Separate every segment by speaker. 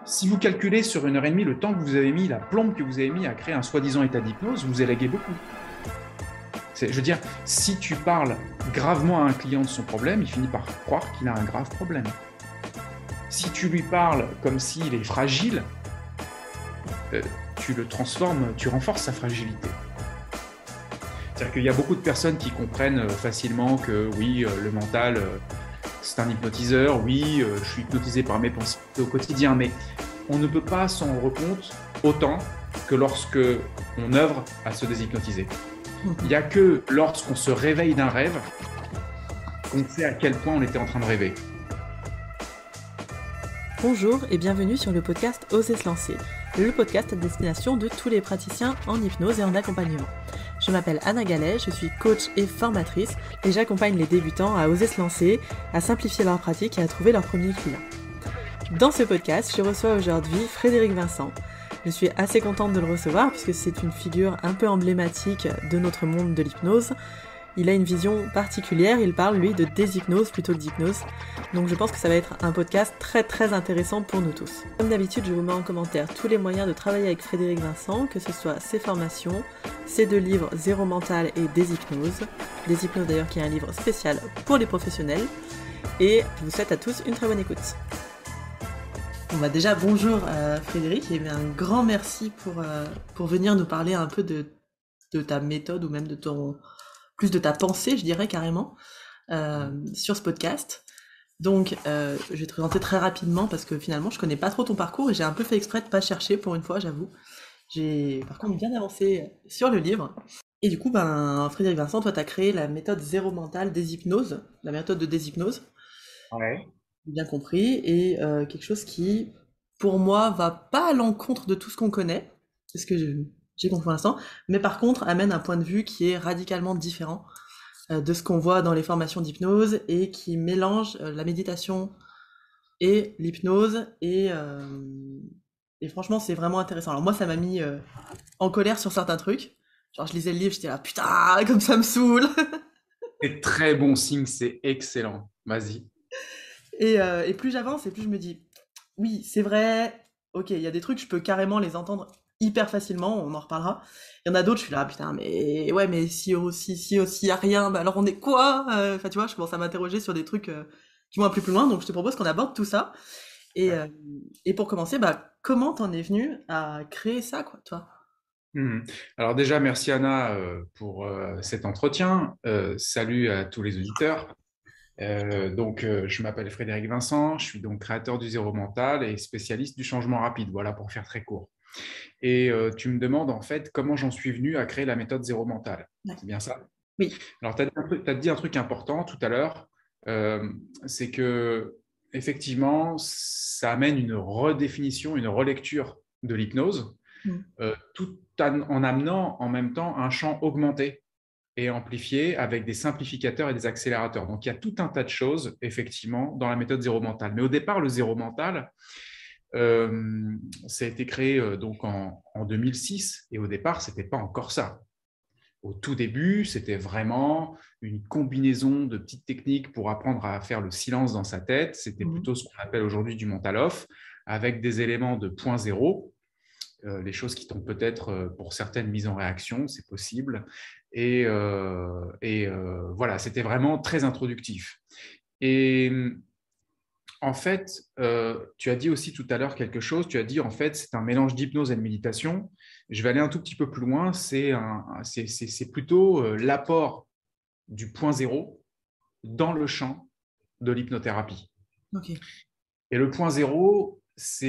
Speaker 1: Si vous calculez sur 1 heure et demie le temps que vous avez mis, la plombe que vous avez mis à créer un soi-disant état d'hypnose, vous élaguez beaucoup. Je veux dire, si tu parles gravement à un client de son problème, il finit par croire qu'il a un grave problème. Si tu lui parles comme s'il est fragile, tu le transformes, tu renforces sa fragilité. C'est-à-dire qu'il y a beaucoup de personnes qui comprennent facilement que oui, le mental, c'est un hypnotiseur, oui, je suis hypnotisé par mes pensées au quotidien, mais on ne peut pas s'en rendre compte autant que lorsque on œuvre à se déshypnotiser. Il n'y a que lorsqu'on se réveille d'un rêve qu'on sait à quel point on était en train de rêver.
Speaker 2: Bonjour et bienvenue sur le podcast Oser se lancer, le podcast à destination de tous les praticiens en hypnose et en accompagnement. Je m'appelle Anna Gallet, je suis coach et formatrice et j'accompagne les débutants à oser se lancer, à simplifier leur pratique et à trouver leur premier client. Dans ce podcast, je reçois aujourd'hui Frédéric Vincent. Je suis assez contente de le recevoir puisque c'est une figure un peu emblématique de notre monde de l'hypnose. Il a une vision particulière, il parle lui de déshypnose plutôt que d'hypnose. Donc je pense que ça va être un podcast très intéressant pour nous tous. Comme d'habitude, je vous mets en commentaire tous les moyens de travailler avec Frédéric Vincent, que ce soit ses formations, ses 2 livres Zéro mental et Déshypnose. Déshypnose d'ailleurs qui est un livre spécial pour les professionnels. Et je vous souhaite à tous une très bonne écoute. Bon bah déjà bonjour Frédéric et un grand merci pour venir nous parler un peu de ta méthode ou même de plus de ta pensée, je dirais carrément, sur ce podcast. Donc, je vais te présenter très rapidement parce que finalement, je connais pas trop ton parcours et j'ai un peu fait exprès de pas chercher pour une fois, j'avoue. J'ai par contre bien avancé sur le livre. Et du coup, Frédéric Vincent, toi, tu as créé la méthode Zéro mental déshypnose, la méthode de déshypnose,
Speaker 1: Ouais.
Speaker 2: bien compris, et quelque chose qui, pour moi, va pas à l'encontre de tout ce qu'on connaît, c'est ce que j'ai compris pour l'instant, mais par contre amène un point de vue qui est radicalement différent de ce qu'on voit dans les formations d'hypnose et qui mélange la méditation et l'hypnose et franchement c'est vraiment intéressant. Alors moi ça m'a mis en colère sur certains trucs, genre je lisais le livre, j'étais là putain comme ça me saoule
Speaker 1: C'est très bon signe, c'est excellent. Vas-y.
Speaker 2: et plus j'avance et plus je me dis oui c'est vrai, ok il y a des trucs je peux carrément les entendre hyper facilement, on en reparlera. Il y en a d'autres, je suis là, putain, mais ouais, mais si aussi, si aussi y a rien, bah alors on est quoi? Enfin, tu vois, je commence à m'interroger sur des trucs qui vont un peu plus loin, donc je te propose qu'on aborde tout ça. Et,
Speaker 1: Ouais.
Speaker 2: euh, et pour commencer, bah, comment t'en es venu à créer ça, quoi, toi?
Speaker 1: Alors déjà, merci Anna pour cet entretien. Salut à tous les auditeurs. Je m'appelle Frédéric Vincent, je suis donc créateur du Zéro Mental et spécialiste du changement rapide, voilà pour faire très court. Et tu me demandes en fait comment j'en suis venu à créer la méthode Zéro Mental.
Speaker 2: Ouais.
Speaker 1: C'est bien ça?
Speaker 2: Oui.
Speaker 1: Alors, tu as dit un truc important tout à l'heure, c'est que effectivement, ça amène une redéfinition, une relecture de l'hypnose,
Speaker 2: Mm.
Speaker 1: tout en amenant en même temps un champ augmenté et amplifié avec des simplificateurs et des accélérateurs. Donc, il y a tout un tas de choses, effectivement, dans la méthode Zéro Mental. Mais au départ, le Zéro Mental, ça a été créé donc en 2006, et au départ, ce n'était pas encore ça. Au tout début, c'était vraiment une combinaison de petites techniques pour apprendre à faire le silence dans sa tête. C'était
Speaker 2: Mhm.
Speaker 1: plutôt ce qu'on appelle aujourd'hui du mental off, avec des éléments de point zéro, les choses qui t'ont peut-être, pour certaines, mises en réaction, c'est possible. Voilà, c'était vraiment très introductif. Et en fait, tu as dit aussi tout à l'heure quelque chose, tu as dit en fait c'est un mélange d'hypnose et de méditation. Je vais aller un tout petit peu plus loin, c'est plutôt l'apport du point zéro dans le champ de l'hypnothérapie.
Speaker 2: Ok.
Speaker 1: Et le point zéro,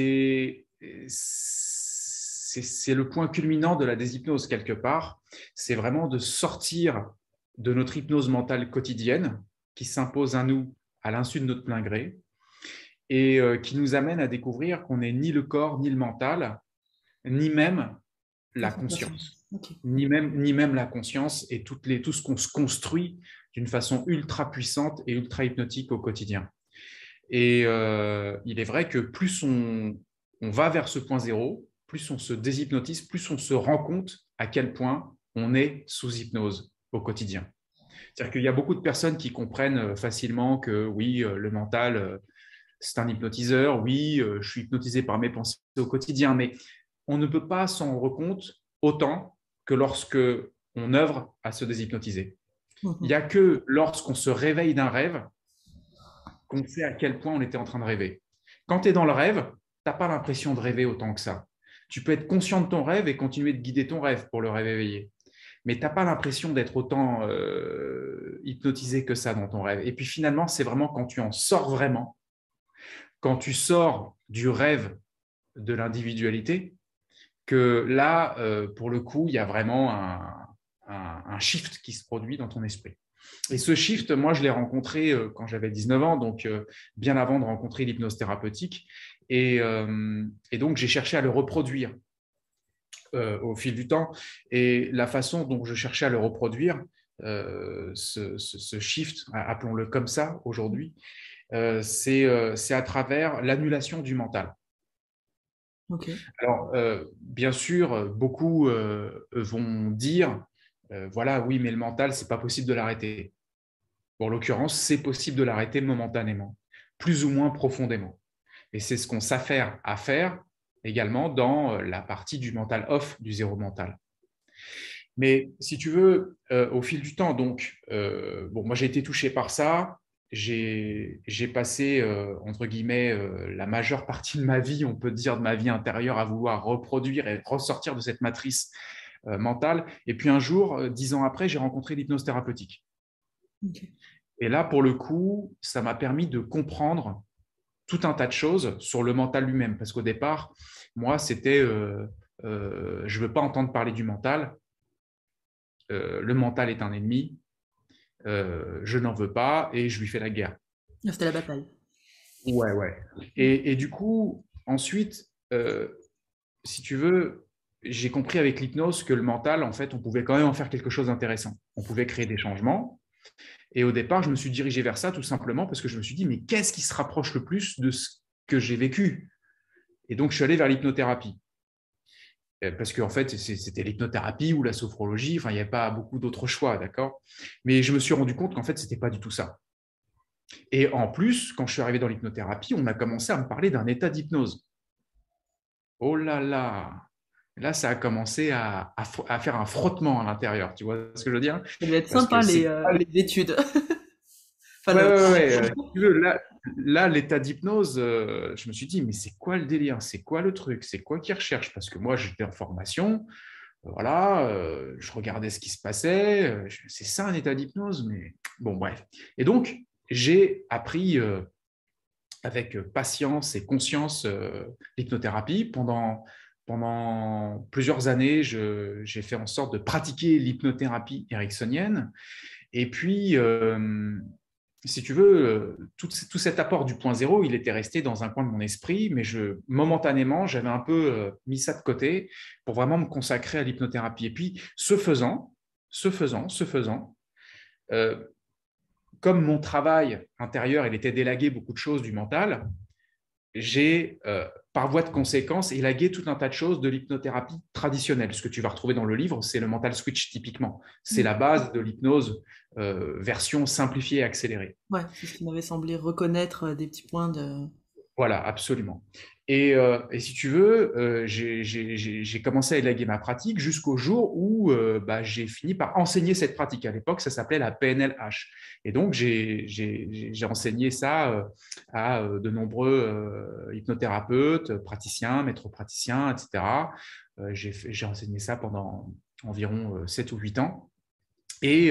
Speaker 1: c'est le point culminant de la déshypnose quelque part. C'est vraiment de sortir de notre hypnose mentale quotidienne qui s'impose à nous à l'insu de notre plein gré et qui nous amène à découvrir qu'on n'est ni le corps, ni le mental, ni même
Speaker 2: La
Speaker 1: la
Speaker 2: sensation.
Speaker 1: conscience,
Speaker 2: Ok.
Speaker 1: ni même la conscience et tout ce qu'on se construit d'une façon ultra puissante et ultra hypnotique au quotidien. Et il est vrai que plus on va vers ce point zéro, plus on se déshypnotise, plus on se rend compte à quel point on est sous hypnose au quotidien. C'est-à-dire qu'il y a beaucoup de personnes qui comprennent facilement que oui, le mental, c'est un hypnotiseur, oui, je suis hypnotisé par mes pensées au quotidien, mais on ne peut pas s'en rendre compte autant que lorsque on œuvre à se déshypnotiser. Il n'y a que lorsqu'on se réveille d'un rêve qu'on sait à quel point on était en train de rêver. Quand tu es dans le rêve, tu n'as pas l'impression de rêver autant que ça. Tu peux être conscient de ton rêve et continuer de guider ton rêve pour le rêve éveillé. Mais tu n'as pas l'impression d'être autant hypnotisé que ça dans ton rêve. Et puis finalement, c'est vraiment quand tu en sors vraiment, quand tu sors du rêve de l'individualité, que là, pour le coup, il y a vraiment un shift qui se produit dans ton esprit. Et ce shift, moi, je l'ai rencontré quand j'avais 19 ans, donc bien avant de rencontrer l'hypnose thérapeutique. Et donc, j'ai cherché à le reproduire au fil du temps. Et la façon dont je cherchais à le reproduire, ce shift, appelons-le comme ça aujourd'hui, c'est à travers l'annulation du mental.
Speaker 2: Okay.
Speaker 1: Alors, bien sûr, beaucoup vont dire, voilà, oui, mais le mental, c'est pas possible de l'arrêter. Bon, en l'occurrence, c'est possible de l'arrêter momentanément, plus ou moins profondément. Et c'est ce qu'on s'affaire à faire également dans la partie du mental off, du zéro mental. Mais si tu veux, au fil du temps, donc, bon, moi j'ai été touché par ça. J'ai passé, entre guillemets, la majeure partie de ma vie, on peut dire de ma vie intérieure, à vouloir reproduire et ressortir de cette matrice mentale. Et puis un jour, 10 ans après, j'ai rencontré l'hypnose thérapeutique. Okay. Et là, pour le coup, ça m'a permis de comprendre tout un tas de choses sur le mental lui-même. Parce qu'au départ, moi, c'était je ne veux pas entendre parler du mental. Le mental est un ennemi. Je n'en veux pas et je lui fais la guerre.
Speaker 2: C'était la bataille.
Speaker 1: Ouais, ouais. Et du coup, ensuite, si tu veux, j'ai compris avec l'hypnose que le mental, en fait, on pouvait quand même en faire quelque chose d'intéressant. On pouvait créer des changements. Et au départ, je me suis dirigé vers ça tout simplement parce que je me suis dit, mais qu'est-ce qui se rapproche le plus de ce que j'ai vécu? Et donc, je suis allé vers l'hypnothérapie. Parce qu'en fait, c'était l'hypnothérapie ou la sophrologie. Enfin, il n'y avait pas beaucoup d'autres choix, d'accord? Mais je me suis rendu compte qu'en fait, ce n'était pas du tout ça. Et en plus, quand je suis arrivé dans l'hypnothérapie, on a commencé à me parler d'un état d'hypnose. Oh là là! Là, ça a commencé à faire un frottement à l'intérieur. Tu vois ce que je veux dire?
Speaker 2: Ça devait être sympa, les études.
Speaker 1: Enfin, ouais. Tu veux, là, l'état d'hypnose, je me suis dit, mais c'est quoi le délire? C'est quoi le truc? C'est quoi qu'ils recherchent? Parce que moi, j'étais en formation. Voilà, je regardais ce qui se passait. C'est ça un état d'hypnose? Mais bon, bref. Et donc, j'ai appris avec patience et conscience l'hypnothérapie. Pendant plusieurs années, j'ai fait en sorte de pratiquer l'hypnothérapie ericksonienne. Et puis, si tu veux, tout cet apport du point zéro, il était resté dans un coin de mon esprit, mais momentanément, j'avais un peu mis ça de côté pour vraiment me consacrer à l'hypnothérapie. Et puis, ce faisant, comme mon travail intérieur, il était d'élaguer beaucoup de choses du mental, j'ai, par voie de conséquence, élagué tout un tas de choses de l'hypnothérapie traditionnelle. Ce que tu vas retrouver dans le livre, c'est le mental switch typiquement. C'est la base de l'hypnose, version simplifiée et accélérée.
Speaker 2: Ouais, c'est ce qui m'avait semblé reconnaître des petits points de...
Speaker 1: Voilà, absolument. Et si tu veux, j'ai commencé à élaguer ma pratique jusqu'au jour où j'ai fini par enseigner cette pratique. À l'époque, ça s'appelait la PNL-H. Et donc, j'ai enseigné ça à de nombreux hypnothérapeutes, praticiens, maîtres praticiens, etc. J'ai enseigné ça pendant environ 7 ou 8 ans. Et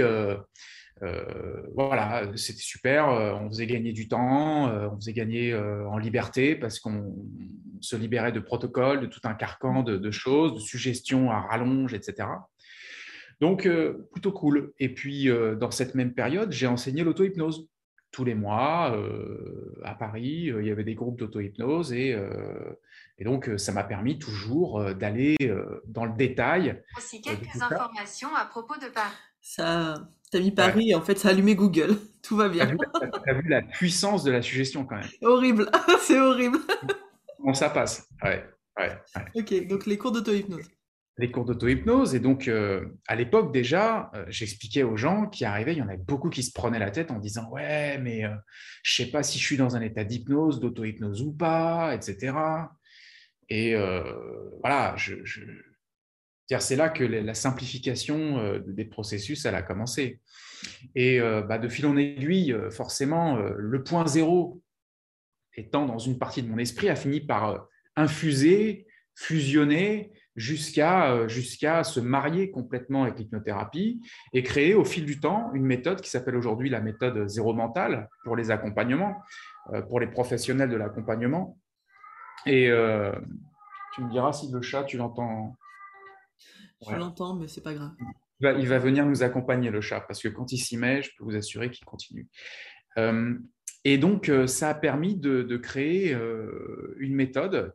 Speaker 1: voilà, c'était super. On faisait gagner du temps, on faisait gagner en liberté parce qu'on se libérait de protocoles, de tout un carcan de choses, de suggestions à rallonge, etc. Donc, plutôt cool. Et puis, dans cette même période, j'ai enseigné l'auto-hypnose. Tous les mois, à Paris, il y avait des groupes d'auto-hypnose et donc, ça m'a permis toujours d'aller dans le détail.
Speaker 3: Aussi quelques informations à propos de Paris.
Speaker 2: Ça, t'as mis Paris et en fait, ça a allumé Google. Tout va bien.
Speaker 1: T'as vu la puissance de la suggestion quand même.
Speaker 2: Horrible, c'est horrible.
Speaker 1: Comment ça passe? Ouais.
Speaker 2: Ok, donc les cours d'auto-hypnose.
Speaker 1: les cours d'auto-hypnose. Et donc, à l'époque, déjà, j'expliquais aux gens qui arrivaient, il y en avait beaucoup qui se prenaient la tête en disant « Ouais, mais je ne sais pas si je suis dans un état d'hypnose, d'auto-hypnose ou pas, etc. » Et voilà, c'est là que la simplification des processus, elle a commencé. Et de fil en aiguille, forcément, le point zéro étant dans une partie de mon esprit, a fini par infuser, fusionner jusqu'à se marier complètement avec l'hypnothérapie et créer au fil du temps une méthode qui s'appelle aujourd'hui la méthode zéro mental pour les accompagnements, pour les professionnels de l'accompagnement. Et tu me diras si le chat, tu l'entends.
Speaker 2: Je l'entends, mais c'est pas grave.
Speaker 1: Il va venir nous accompagner, le chat, parce que quand il s'y met, je peux vous assurer qu'il continue. Et donc, ça a permis de créer une méthode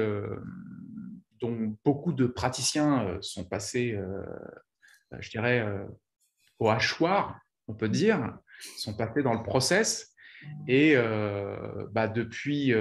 Speaker 1: dont beaucoup de praticiens sont passés, je dirais, au hachoir, on peut dire, sont passés dans le process. Et depuis,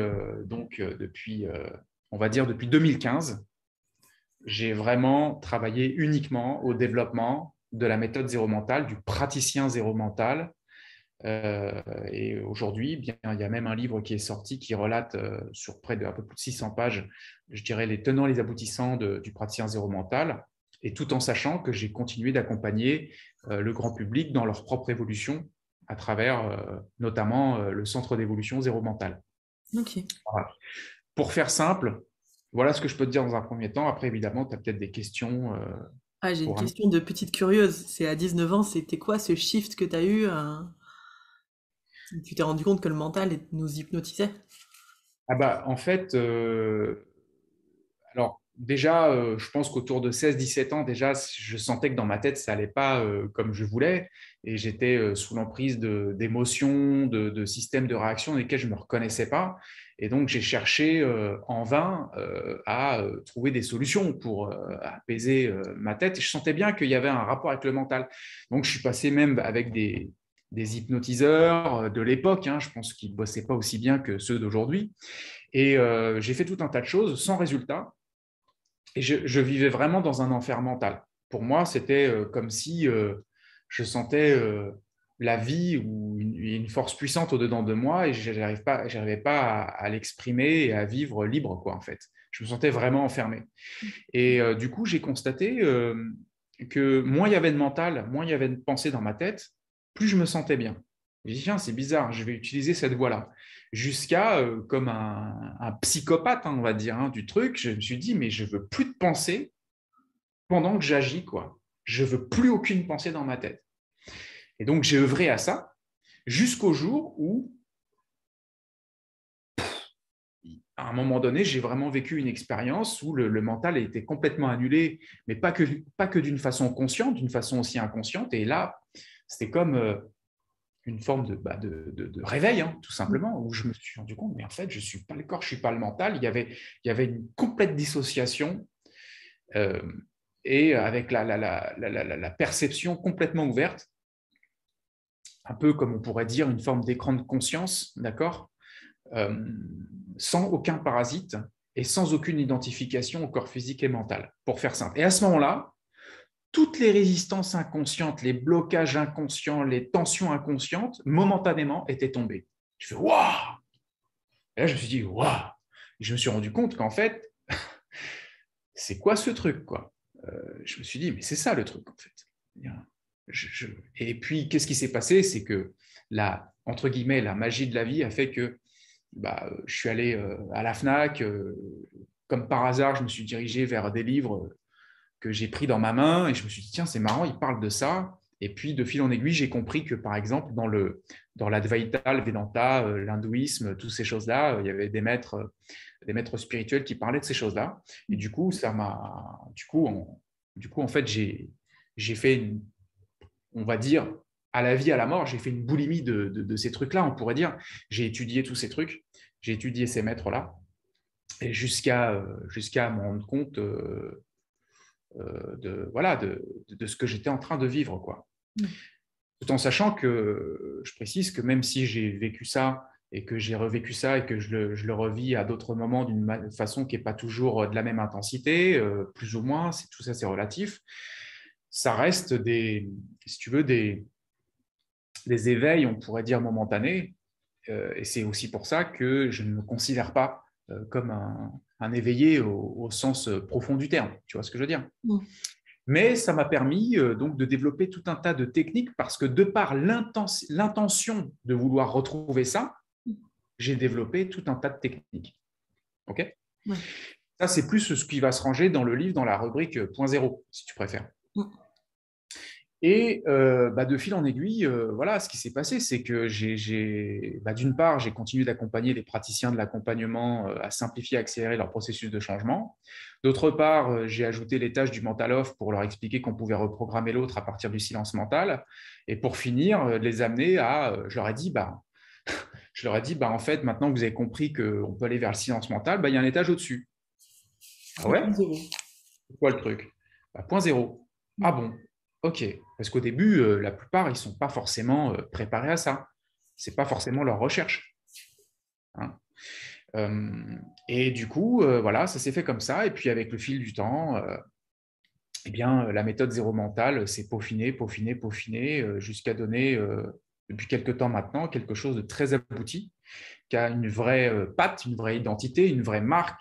Speaker 1: on va dire, depuis 2015, j'ai vraiment travaillé uniquement au développement de la méthode zéro mental, du praticien zéro mental. Et aujourd'hui, il y a même un livre qui est sorti qui relate sur près de un peu plus de 600 pages, je dirais, les tenants et les aboutissants du praticien zéro mental, et tout en sachant que j'ai continué d'accompagner le grand public dans leur propre évolution à travers notamment le centre d'évolution zéro mental.
Speaker 2: Okay.
Speaker 1: Voilà. Pour faire simple, voilà ce que je peux te dire dans un premier temps. Après, évidemment, tu as peut-être des questions.
Speaker 2: J'ai une question de petite curieuse. C'est à 19 ans, c'était quoi ce shift que tu as eu Tu t'es rendu compte que le mental nous hypnotisait?
Speaker 1: En fait, alors déjà, je pense qu'autour de 16-17 ans, déjà, je sentais que dans ma tête, ça n'allait pas comme je voulais. Et j'étais sous l'emprise d'émotions, de systèmes de réaction dans lesquels je ne me reconnaissais pas. Et donc, j'ai cherché en vain à trouver des solutions pour apaiser ma tête. Et je sentais bien qu'il y avait un rapport avec le mental. Donc, je suis passé même avec des hypnotiseurs de l'époque. Je pense qu'ils ne bossaient pas aussi bien que ceux d'aujourd'hui. Et j'ai fait tout un tas de choses sans résultat. Et je vivais vraiment dans un enfer mental. Pour moi, c'était comme si je sentais la vie ou une force puissante au-dedans de moi et je n'arrivais pas à l'exprimer et à vivre libre, quoi, en fait. Je me sentais vraiment enfermé. Et du coup, j'ai constaté que moins il y avait de mental, moins il y avait de pensée dans ma tête, plus je me sentais bien. J'ai dit, tiens, c'est bizarre, je vais utiliser cette voie-là. Jusqu'à, comme un psychopathe, on va dire, du truc, je me suis dit, mais je veux plus de pensée pendant que j'agis, quoi. Je veux plus aucune pensée dans ma tête. Et donc, j'ai œuvré à ça jusqu'au jour où, à un moment donné, j'ai vraiment vécu une expérience où le mental a été complètement annulé, mais pas que d'une façon consciente, d'une façon aussi inconsciente. Et là, c'était comme une forme de réveil, tout simplement, où je me suis rendu compte, mais en fait, je ne suis pas le corps, je ne suis pas le mental. Il y avait une complète dissociation et avec la perception complètement ouverte, un peu comme on pourrait dire une forme d'écran de conscience, d'accord, sans aucun parasite et sans aucune identification au corps physique et mental, pour faire simple. Et à ce moment-là, toutes les résistances inconscientes, les blocages inconscients, les tensions inconscientes, momentanément, étaient tombées. Je fais « waouh !» Et là, je me suis dit « waouh !» Et je me suis rendu compte qu'en fait, c'est quoi ce truc, quoi. Je me suis dit « mais c'est ça le truc, en fait. » Et puis, qu'est-ce qui s'est passé? C'est que entre guillemets, la magie de la vie a fait que je suis allé à la FNAC. Comme par hasard, je me suis dirigé vers des livres que j'ai pris dans ma main et je me suis dit, tiens, c'est marrant, il parle de ça. Et puis, de fil en aiguille, j'ai compris que, par exemple, dans l'Advaita, le Vedanta, l'hindouisme, toutes ces choses-là, il y avait des maîtres spirituels qui parlaient de ces choses-là. Et du coup, en fait, j'ai fait on va dire, à la vie, à la mort, j'ai fait une boulimie de ces trucs-là, on pourrait dire. J'ai étudié tous ces trucs, j'ai étudié ces maîtres-là, et jusqu'à me rendre compte de ce que j'étais en train de vivre, quoi. Tout en sachant que, je précise que même si j'ai vécu ça et que j'ai revécu ça et que je le revis à d'autres moments d'une façon qui n'est pas toujours de la même intensité, plus ou moins, tout ça c'est relatif, ça reste si tu veux, des éveils, on pourrait dire momentanés, et c'est aussi pour ça que je ne me considère pas comme un éveillé au sens profond du terme, tu vois ce que je veux dire? Mais ça m'a permis donc de développer tout un tas de techniques parce que de par l'intention de vouloir retrouver ça, j'ai développé tout un tas de techniques. Ok?
Speaker 2: Ouais.
Speaker 1: Ça, c'est plus ce qui va se ranger dans le livre, dans la rubrique point zéro, si tu préfères. Et de fil en aiguille, voilà, ce qui s'est passé, c'est que d'une part, j'ai continué d'accompagner les praticiens de l'accompagnement à simplifier et accélérer leur processus de changement. D'autre part, j'ai ajouté les tâches du mental off pour leur expliquer qu'on pouvait reprogrammer l'autre à partir du silence mental. Et pour finir, les amener je leur ai dit, en fait, maintenant que vous avez compris qu'on peut aller vers le silence mental, il y a un étage au-dessus. Ah ouais? C'est quoi le truc? Point zéro. Ah bon? Ok, parce qu'au début, la plupart, ils ne sont pas forcément préparés à ça. Ce n'est pas forcément leur recherche. Hein. Et du coup, voilà, ça s'est fait comme ça. Et puis, avec le fil du temps, la méthode zéro mental s'est peaufinée, jusqu'à donner, depuis quelques temps maintenant, quelque chose de très abouti, qui a une vraie patte, une vraie identité, une vraie marque,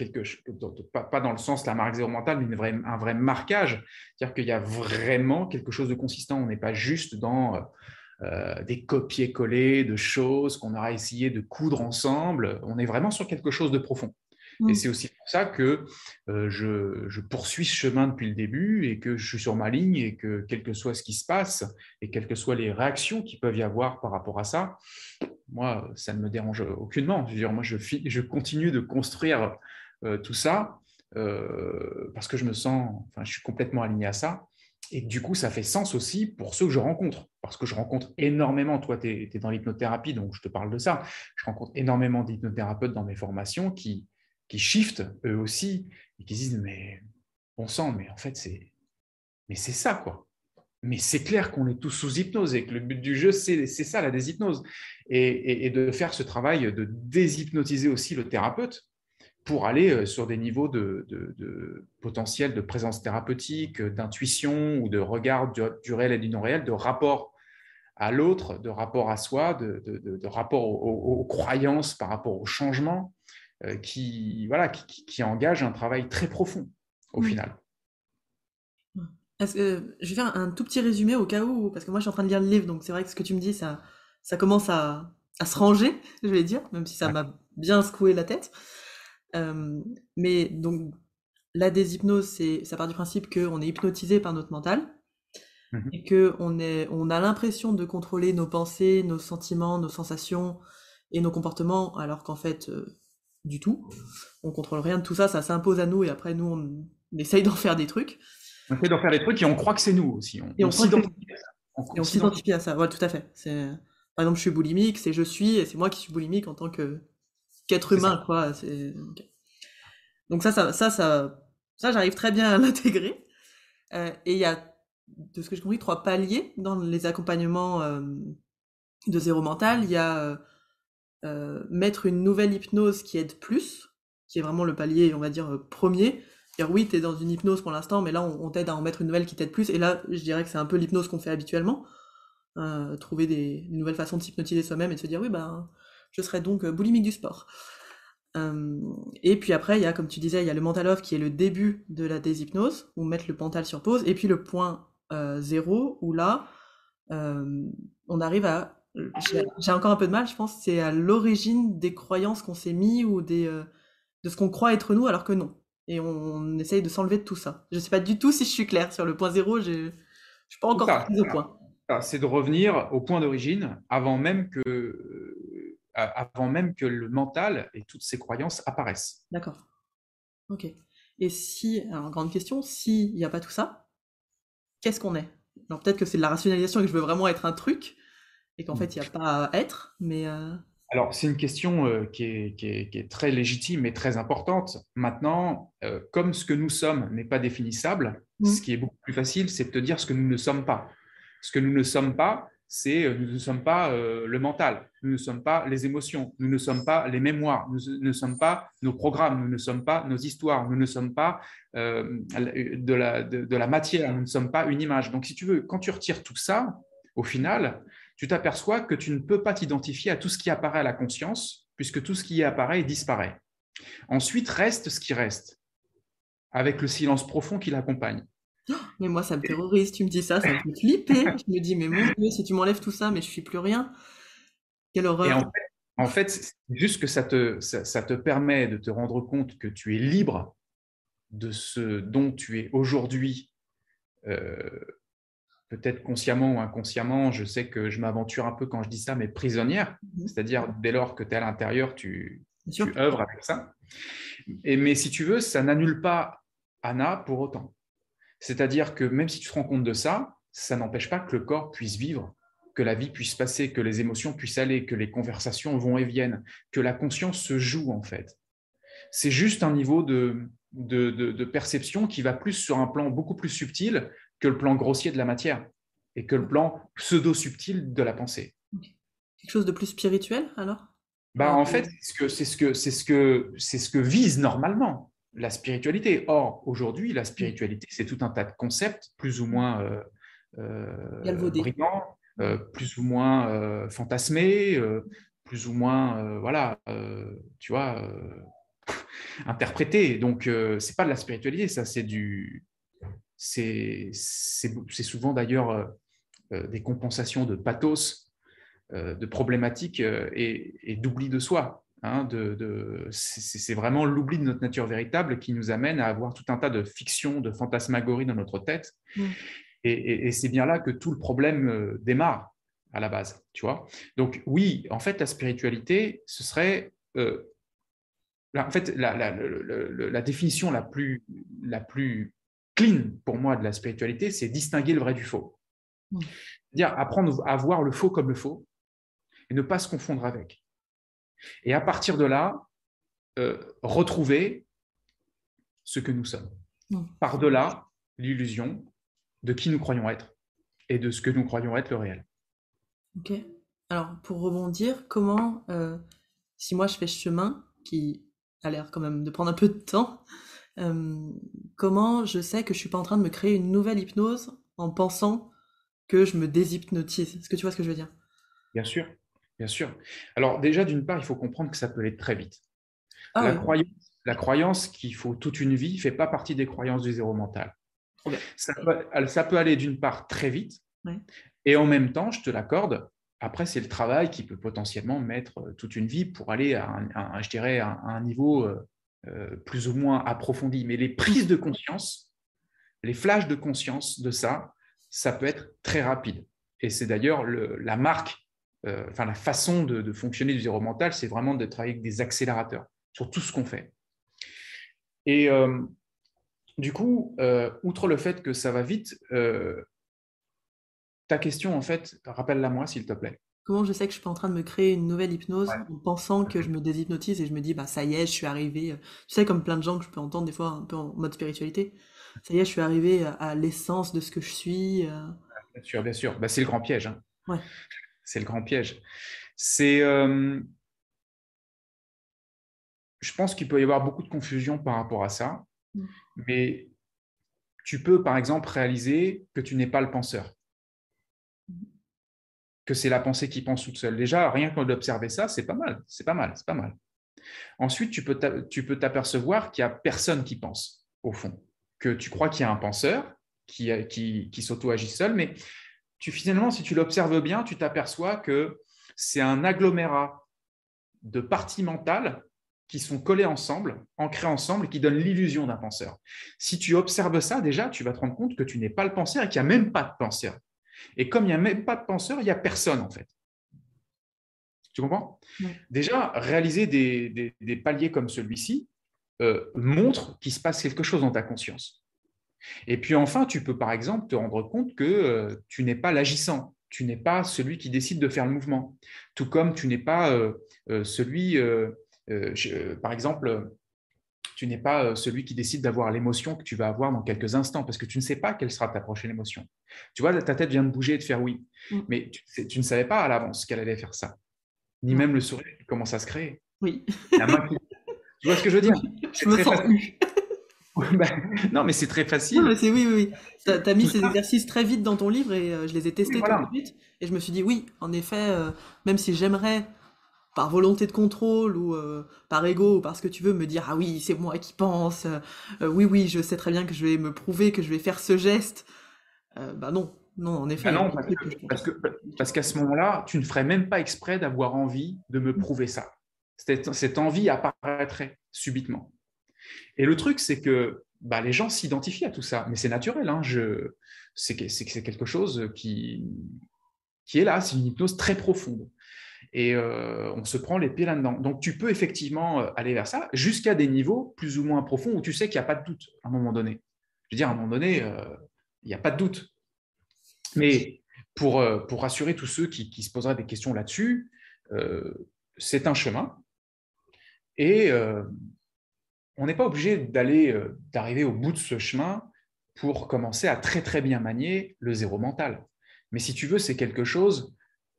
Speaker 1: pas dans le sens de la marque zéro mentale, mais un vrai marquage. C'est-à-dire qu'il y a vraiment quelque chose de consistant. On n'est pas juste dans des copier-coller de choses qu'on aura essayé de coudre ensemble. On est vraiment sur quelque chose de profond. Et c'est aussi pour ça que je poursuis ce chemin depuis le début et que je suis sur ma ligne et que quel que soit ce qui se passe et quelles que soient les réactions qu'il peuvent y avoir par rapport à ça, moi, ça ne me dérange aucunement. Je veux dire, moi, je continue de construire tout ça parce que je suis complètement aligné à ça. Et du coup, ça fait sens aussi pour ceux que je rencontre. Parce que je rencontre énormément, toi, tu es dans l'hypnothérapie, donc je te parle de ça. Je rencontre énormément d'hypnothérapeutes dans mes formations qui shiftent eux aussi et qui disent, mais bon sang, mais en fait, c'est ça, quoi. Mais c'est clair qu'on est tous sous hypnose et que le but du jeu, c'est ça, la déshypnose. Et de faire ce travail de déshypnotiser aussi le thérapeute pour aller sur des niveaux de potentiel de présence thérapeutique, d'intuition ou de regard du réel et du non-réel, de rapport à l'autre, de rapport à soi, de rapport aux croyances par rapport au changement qui engage un travail très profond au final.
Speaker 2: Je vais faire un tout petit résumé au cas où, parce que moi je suis en train de lire le livre, donc c'est vrai que ce que tu me dis, ça commence à se ranger, je vais dire, même si ça m'a bien secoué la tête. Mais donc, la déshypnose, ça part du principe qu'on est hypnotisé par notre mental, et qu'on a l'impression de contrôler nos pensées, nos sentiments, nos sensations et nos comportements, alors qu'en fait, du tout. On contrôle rien de tout ça, ça s'impose à nous, et après nous, on essaye d'en faire des trucs.
Speaker 1: On essaie d'en faire des trucs et on croit que c'est nous aussi. On
Speaker 2: s'identifie à ça. Ouais, tout à fait. Par exemple, je suis boulimique, et c'est moi qui suis boulimique en tant qu'être humain, quoi. Okay. Donc ça, j'arrive très bien à l'intégrer. Et il y a, de ce que j'ai compris, 3 paliers dans les accompagnements de zéro mental. Il y a mettre une nouvelle hypnose qui aide plus, qui est vraiment le palier, on va dire, premier. C'est-à-dire, oui, t'es dans une hypnose pour l'instant, mais là, on t'aide à en mettre une nouvelle qui t'aide plus. Et là, je dirais que c'est un peu l'hypnose qu'on fait habituellement. Trouver des nouvelles façons de s'hypnotiser soi-même et de se dire, oui, je serai donc boulimique du sport. Et puis après, il y a, comme tu disais, il y a le mental off qui est le début de la déshypnose, ou mettre le mental sur pause. Et puis le point 0, où là, on arrive à... J'ai encore un peu de mal, je pense, c'est à l'origine des croyances qu'on s'est mis ou de ce qu'on croit être nous alors que non. Et on essaye de s'enlever de tout ça. Je sais pas du tout si je suis claire sur le point 0, je suis pas encore prise au point.
Speaker 1: C'est de revenir au point d'origine avant même que le mental et toutes ces croyances apparaissent.
Speaker 2: D'accord. Ok. Et alors grande question, s'il n'y a pas tout ça, qu'est-ce qu'on est? Alors peut-être que c'est de la rationalisation et que je veux vraiment être un truc, et qu'en fait il n'y a pas à être, mais...
Speaker 1: Alors, c'est une question qui est très légitime et très importante. Maintenant, comme ce que nous sommes n'est pas définissable, ce qui est beaucoup plus facile, c'est de te dire ce que nous ne sommes pas. Ce que nous ne sommes pas, nous ne sommes pas le mental, nous ne sommes pas les émotions, nous ne sommes pas les mémoires, nous ne sommes pas nos programmes, nous ne sommes pas nos histoires, nous ne sommes pas de la matière, nous ne sommes pas une image. Donc, si tu veux, quand tu retires tout ça, au final, tu t'aperçois que tu ne peux pas t'identifier à tout ce qui apparaît à la conscience, puisque tout ce qui y apparaît disparaît. Ensuite, reste ce qui reste, avec le silence profond qui l'accompagne.
Speaker 2: Mais moi, ça me terrorise, tu me dis ça me fait flipper. Je me dis, mais mon Dieu, si tu m'enlèves tout ça, mais je suis plus rien. Quelle
Speaker 1: Et
Speaker 2: horreur.
Speaker 1: en fait, c'est juste que ça te permet de te rendre compte que tu es libre de ce dont tu es aujourd'hui, peut-être consciemment ou inconsciemment. Je sais que je m'aventure un peu quand je dis ça, mais prisonnière, c'est-à-dire dès lors que tu es à l'intérieur, tu œuvres avec ça. Mais si tu veux, ça n'annule pas Anna pour autant. C'est-à-dire que même si tu te rends compte de ça, ça n'empêche pas que le corps puisse vivre, que la vie puisse passer, que les émotions puissent aller, que les conversations vont et viennent, que la conscience se joue en fait. C'est juste un niveau de perception qui va plus sur un plan beaucoup plus subtil que le plan grossier de la matière et que le plan pseudo-subtil de la pensée.
Speaker 2: Quelque chose de plus spirituel alors?
Speaker 1: En fait, c'est ce que vise normalement la spiritualité. Or, aujourd'hui, la spiritualité, c'est tout un tas de concepts plus ou moins brillants, plus ou moins fantasmés, plus ou moins, tu vois, interprétés. Donc, c'est pas de la spiritualité, ça, c'est souvent d'ailleurs des compensations de pathos, de problématiques et d'oubli de soi. C'est vraiment l'oubli de notre nature véritable qui nous amène à avoir tout un tas de fictions, de fantasmagories dans notre tête. Et c'est bien là que tout le problème démarre à la base, tu vois. Donc oui, en fait, la spiritualité, ce serait en fait la définition la plus clean pour moi de la spiritualité, c'est distinguer le vrai du faux. C'est-à-dire apprendre à voir le faux comme le faux et ne pas se confondre avec. Et à partir de là, retrouver ce que nous sommes. Par-delà l'illusion de qui nous croyons être et de ce que nous croyons être le réel.
Speaker 2: Ok. Alors, pour rebondir, comment, si moi je fais ce chemin, qui a l'air quand même de prendre un peu de temps, comment je sais que je suis pas en train de me créer une nouvelle hypnose en pensant que je me déshypnotise? Est-ce que tu vois ce que je veux dire?
Speaker 1: Bien sûr, bien sûr. Alors déjà, d'une part, il faut comprendre que ça peut aller très vite. La croyance qu'il faut toute une vie ne fait pas partie des croyances du zéro mental. Ça peut aller d'une part très vite, et en même temps, je te l'accorde, après c'est le travail qui peut potentiellement mettre toute une vie pour aller je dirais, à un niveau plus ou moins approfondi. Mais les prises de conscience, les flashs de conscience de ça, ça peut être très rapide. Et c'est d'ailleurs la marque, la façon de fonctionner du zéro mental, c'est vraiment de travailler avec des accélérateurs sur tout ce qu'on fait. Et du coup, outre le fait que ça va vite, ta question, en fait, rappelle-la moi, s'il te plaît.
Speaker 2: Comment je sais que je suis pas en train de me créer une nouvelle hypnose en pensant que je me déshypnotise et je me dis, bah ça y est, je suis arrivé. Tu sais, comme plein de gens que je peux entendre des fois un peu en mode spiritualité. Ça y est, je suis arrivé à l'essence de ce que je suis.
Speaker 1: Bien sûr, bien sûr. Bah, c'est le grand piège. Hein.
Speaker 2: Ouais.
Speaker 1: C'est le grand piège. Je pense qu'il peut y avoir beaucoup de confusion par rapport à ça, mais tu peux, par exemple, réaliser que tu n'es pas le penseur, que c'est la pensée qui pense toute seule. Déjà, rien que d'observer ça, c'est pas mal, c'est pas mal, c'est pas mal. Ensuite, tu peux t'apercevoir qu'il n'y a personne qui pense, au fond, que tu crois qu'il y a un penseur qui s'auto-agit seul, mais finalement, si tu l'observes bien, tu t'aperçois que c'est un agglomérat de parties mentales qui sont collées ensemble, ancrées ensemble, et qui donnent l'illusion d'un penseur. Si tu observes ça, déjà, tu vas te rendre compte que tu n'es pas le penseur et qu'il n'y a même pas de penseur. Et comme il n'y a même pas de penseur, il n'y a personne, en fait. Tu comprends ? Déjà, réaliser des paliers comme celui-ci montre qu'il se passe quelque chose dans ta conscience. Et puis enfin, tu peux par exemple te rendre compte que tu n'es pas l'agissant, tu n'es pas celui qui décide de faire le mouvement, tout comme tu n'es pas celui, par exemple, tu n'es pas celui qui décide d'avoir l'émotion que tu vas avoir dans quelques instants, parce que tu ne sais pas quelle sera ta prochaine émotion. Tu vois, ta tête vient de bouger et de faire oui. Mais tu ne savais pas à l'avance qu'elle allait faire ça. Ni même le sourire qui commence à se créer.
Speaker 2: Oui.
Speaker 1: La main qui... Tu vois ce que je veux dire?
Speaker 2: Je me sens eu.
Speaker 1: Non, mais c'est très
Speaker 2: Non, mais
Speaker 1: facile.
Speaker 2: c'est oui. T'as mis
Speaker 1: Tout
Speaker 2: ces
Speaker 1: ça,
Speaker 2: exercices très vite dans ton livre et je les ai
Speaker 1: oui,
Speaker 2: testés tout de
Speaker 1: voilà.
Speaker 2: suite. Et je me suis dit, oui, en effet, même si j'aimerais, par volonté de contrôle ou par ego ou parce que tu veux me dire, ah oui, c'est moi qui pense, oui, je sais très bien que je vais me prouver que je vais faire ce geste. Bah non, en effet,
Speaker 1: Ben
Speaker 2: il y a
Speaker 1: non,
Speaker 2: des trucs que je contrôle.
Speaker 1: parce qu'à ce moment-là, tu ne ferais même pas exprès d'avoir envie de me prouver ça. Cette envie apparaîtrait subitement. Et le truc, c'est que les gens s'identifient à tout ça, mais c'est naturel. Hein, c'est quelque chose qui est là, c'est une hypnose très profonde. Et on se prend les pieds là-dedans. Donc, tu peux effectivement aller vers ça jusqu'à des niveaux plus ou moins profonds où tu sais qu'il n'y a pas de doute à un moment donné. Je veux dire, à un moment donné, il n'y a pas de doute. Mais pour rassurer tous ceux qui se poseraient des questions là-dessus, c'est un chemin. Et on n'est pas obligé d'arriver au bout de ce chemin pour commencer à très très bien manier le zéro mental. Mais si tu veux, c'est quelque chose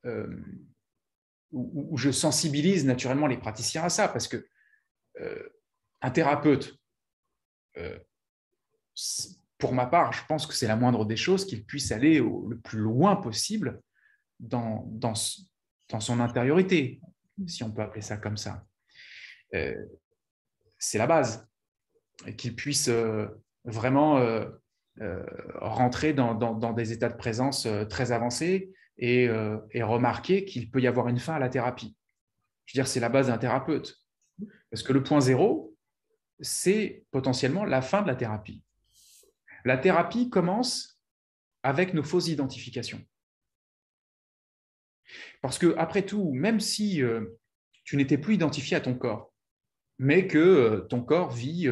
Speaker 1: où je sensibilise naturellement les praticiens à ça, parce que un thérapeute, pour ma part, je pense que c'est la moindre des choses qu'il puisse aller le plus loin possible dans son intériorité, si on peut appeler ça comme ça. C'est la base, qu'il puisse vraiment rentrer dans des états de présence très avancés et remarquer qu'il peut y avoir une fin à la thérapie. Je veux dire, c'est la base d'un thérapeute. Parce que le point zéro, c'est potentiellement la fin de la thérapie. La thérapie commence avec nos fausses identifications. Parce que, après tout, même si tu n'étais plus identifié à ton corps, mais que ton corps vit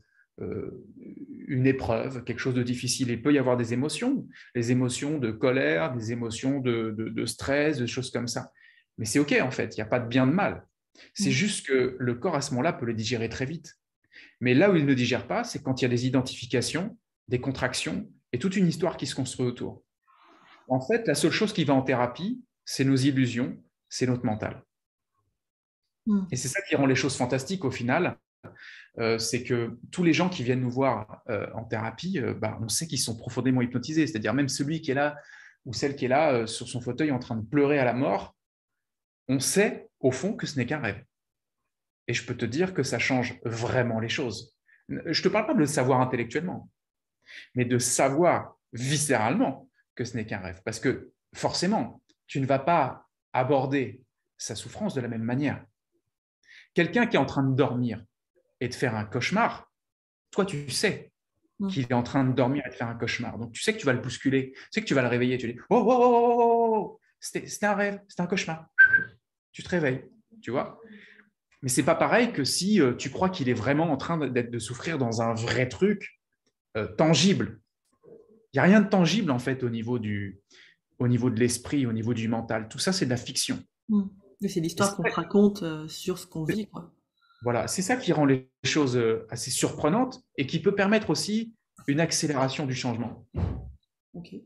Speaker 1: une épreuve, quelque chose de difficile, il peut y avoir des émotions, les émotions de colère, des émotions de stress, des choses comme ça. Mais c'est OK, en fait, il n'y a pas de bien de mal. C'est juste que le corps, à ce moment-là, peut le digérer très vite. Mais là où il ne digère pas, c'est quand il y a des identifications, des contractions et toute une histoire qui se construit autour. En fait, la seule chose qui va en thérapie, c'est nos illusions, c'est notre mental. Et c'est ça qui rend les choses fantastiques au final, c'est que tous les gens qui viennent nous voir en thérapie, on sait qu'ils sont profondément hypnotisés. C'est-à-dire même celui qui est là ou celle qui est là sur son fauteuil en train de pleurer à la mort, on sait au fond que ce n'est qu'un rêve. Et je peux te dire que ça change vraiment les choses. Je ne te parle pas de le savoir intellectuellement, mais de savoir viscéralement que ce n'est qu'un rêve. Parce que forcément, tu ne vas pas aborder sa souffrance de la même manière. Quelqu'un qui est en train de dormir et de faire un cauchemar, toi, tu sais qu'il est en train de dormir et de faire un cauchemar. Donc, tu sais que tu vas le bousculer, tu sais que tu vas le réveiller. Tu dis « Oh, oh, oh, oh, oh, c'était un rêve, c'était un cauchemar. » Tu te réveilles, tu vois. Mais ce n'est pas pareil que si tu crois qu'il est vraiment en train de souffrir dans un vrai truc tangible. Il n'y a rien de tangible, en fait, au niveau de l'esprit, au niveau du mental. Tout ça, c'est de la fiction.
Speaker 2: C'est l'histoire qu'on te raconte sur ce qu'on vit, quoi.
Speaker 1: Voilà, c'est ça qui rend les choses assez surprenantes et qui peut permettre aussi une accélération du changement.
Speaker 2: Ok.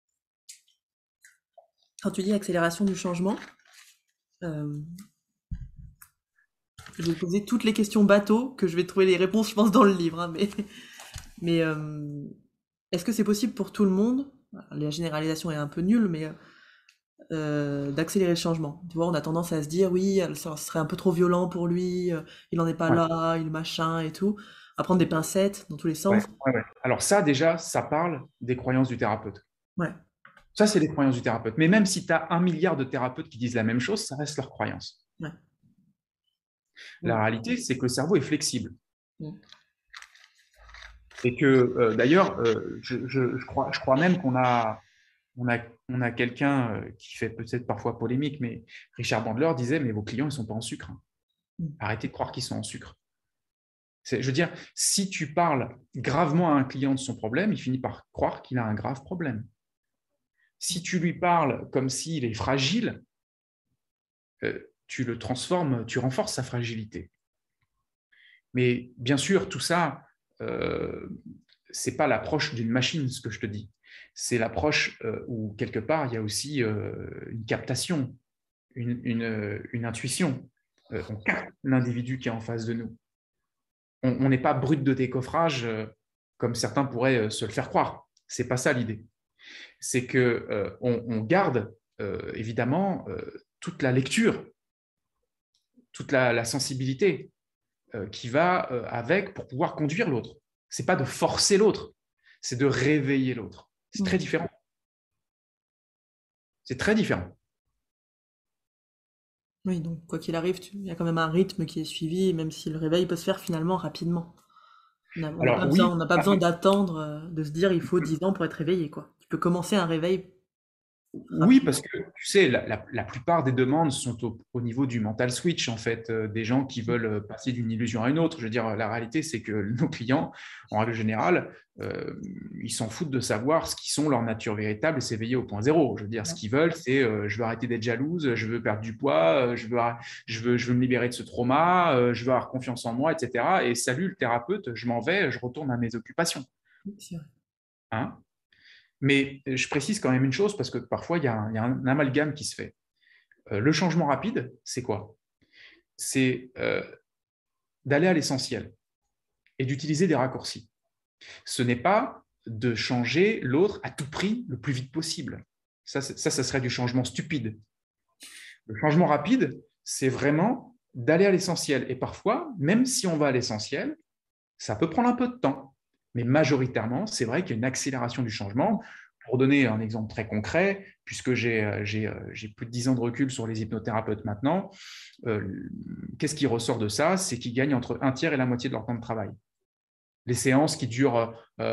Speaker 2: Quand tu dis accélération du changement, je vais poser toutes les questions bateau, que je vais trouver les réponses, je pense, dans le livre. Hein, mais est-ce que c'est possible pour tout le monde, la généralisation est un peu nulle, mais d'accélérer le changement? Tu vois, on a tendance à se dire, oui, ça serait un peu trop violent pour lui, il en est pas là, il machin et tout. À prendre des pincettes dans tous les sens.
Speaker 1: Ouais. Alors ça, déjà, ça parle des croyances du thérapeute.
Speaker 2: Ouais.
Speaker 1: Ça, c'est les croyances du thérapeute. Mais même si tu as 1 milliard de thérapeutes qui disent la même chose, ça reste leur croyance.
Speaker 2: Ouais.
Speaker 1: La réalité, c'est que le cerveau est flexible. Et que, d'ailleurs, je crois même qu'on a quelqu'un qui fait peut-être parfois polémique, mais Richard Bandler disait, mais vos clients, ils ne sont pas en sucre. Arrêtez de croire qu'ils sont en sucre. Je veux dire, si tu parles gravement à un client de son problème, il finit par croire qu'il a un grave problème. Si tu lui parles comme s'il est fragile, tu le transformes, tu renforces sa fragilité. Mais bien sûr, tout ça, ce n'est pas l'approche d'une machine, ce que je te dis. C'est l'approche où, quelque part, il y a aussi une captation, une intuition. On capte l'individu qui est en face de nous. On n'est pas brut de décoffrage comme certains pourraient se le faire croire. Ce n'est pas ça l'idée. C'est qu'on garde évidemment toute la lecture, toute la sensibilité qui va avec pour pouvoir conduire l'autre. Ce n'est pas de forcer l'autre, c'est de réveiller l'autre. C'est très différent. C'est très différent.
Speaker 2: Oui, donc quoi qu'il arrive, il y a quand même un rythme qui est suivi, même si le réveil peut se faire finalement rapidement. On n'a pas besoin d'attendre, de se dire il faut 10 ans pour être réveillé, quoi. Tu peux commencer un réveil.
Speaker 1: Oui, parce que tu sais, la plupart des demandes sont au niveau du mental switch, en fait, des gens qui veulent passer d'une illusion à une autre. Je veux dire, la réalité, c'est que nos clients, en règle générale, ils s'en foutent de savoir ce qui sont leur nature véritable et s'éveiller au point zéro. Je veux dire, ce qu'ils veulent, c'est je veux arrêter d'être jalouse, je veux perdre du poids, je veux me libérer de ce trauma, je veux avoir confiance en moi, etc. Et salut le thérapeute, je m'en vais, je retourne à mes occupations. Hein? Mais je précise quand même une chose, parce que parfois, il y a un amalgame qui se fait. Le changement rapide, c'est quoi? C'est d'aller à l'essentiel et d'utiliser des raccourcis. Ce n'est pas de changer l'autre à tout prix le plus vite possible. Ça serait du changement stupide. Le changement rapide, c'est vraiment d'aller à l'essentiel. Et parfois, même si on va à l'essentiel, ça peut prendre un peu de temps. Mais majoritairement, c'est vrai qu'il y a une accélération du changement. Pour donner un exemple très concret, puisque j'ai plus de 10 ans de recul sur les hypnothérapeutes maintenant, qu'est-ce qui ressort de ça? C'est qu'ils gagnent entre un tiers et la moitié de leur temps de travail. Les séances qui durent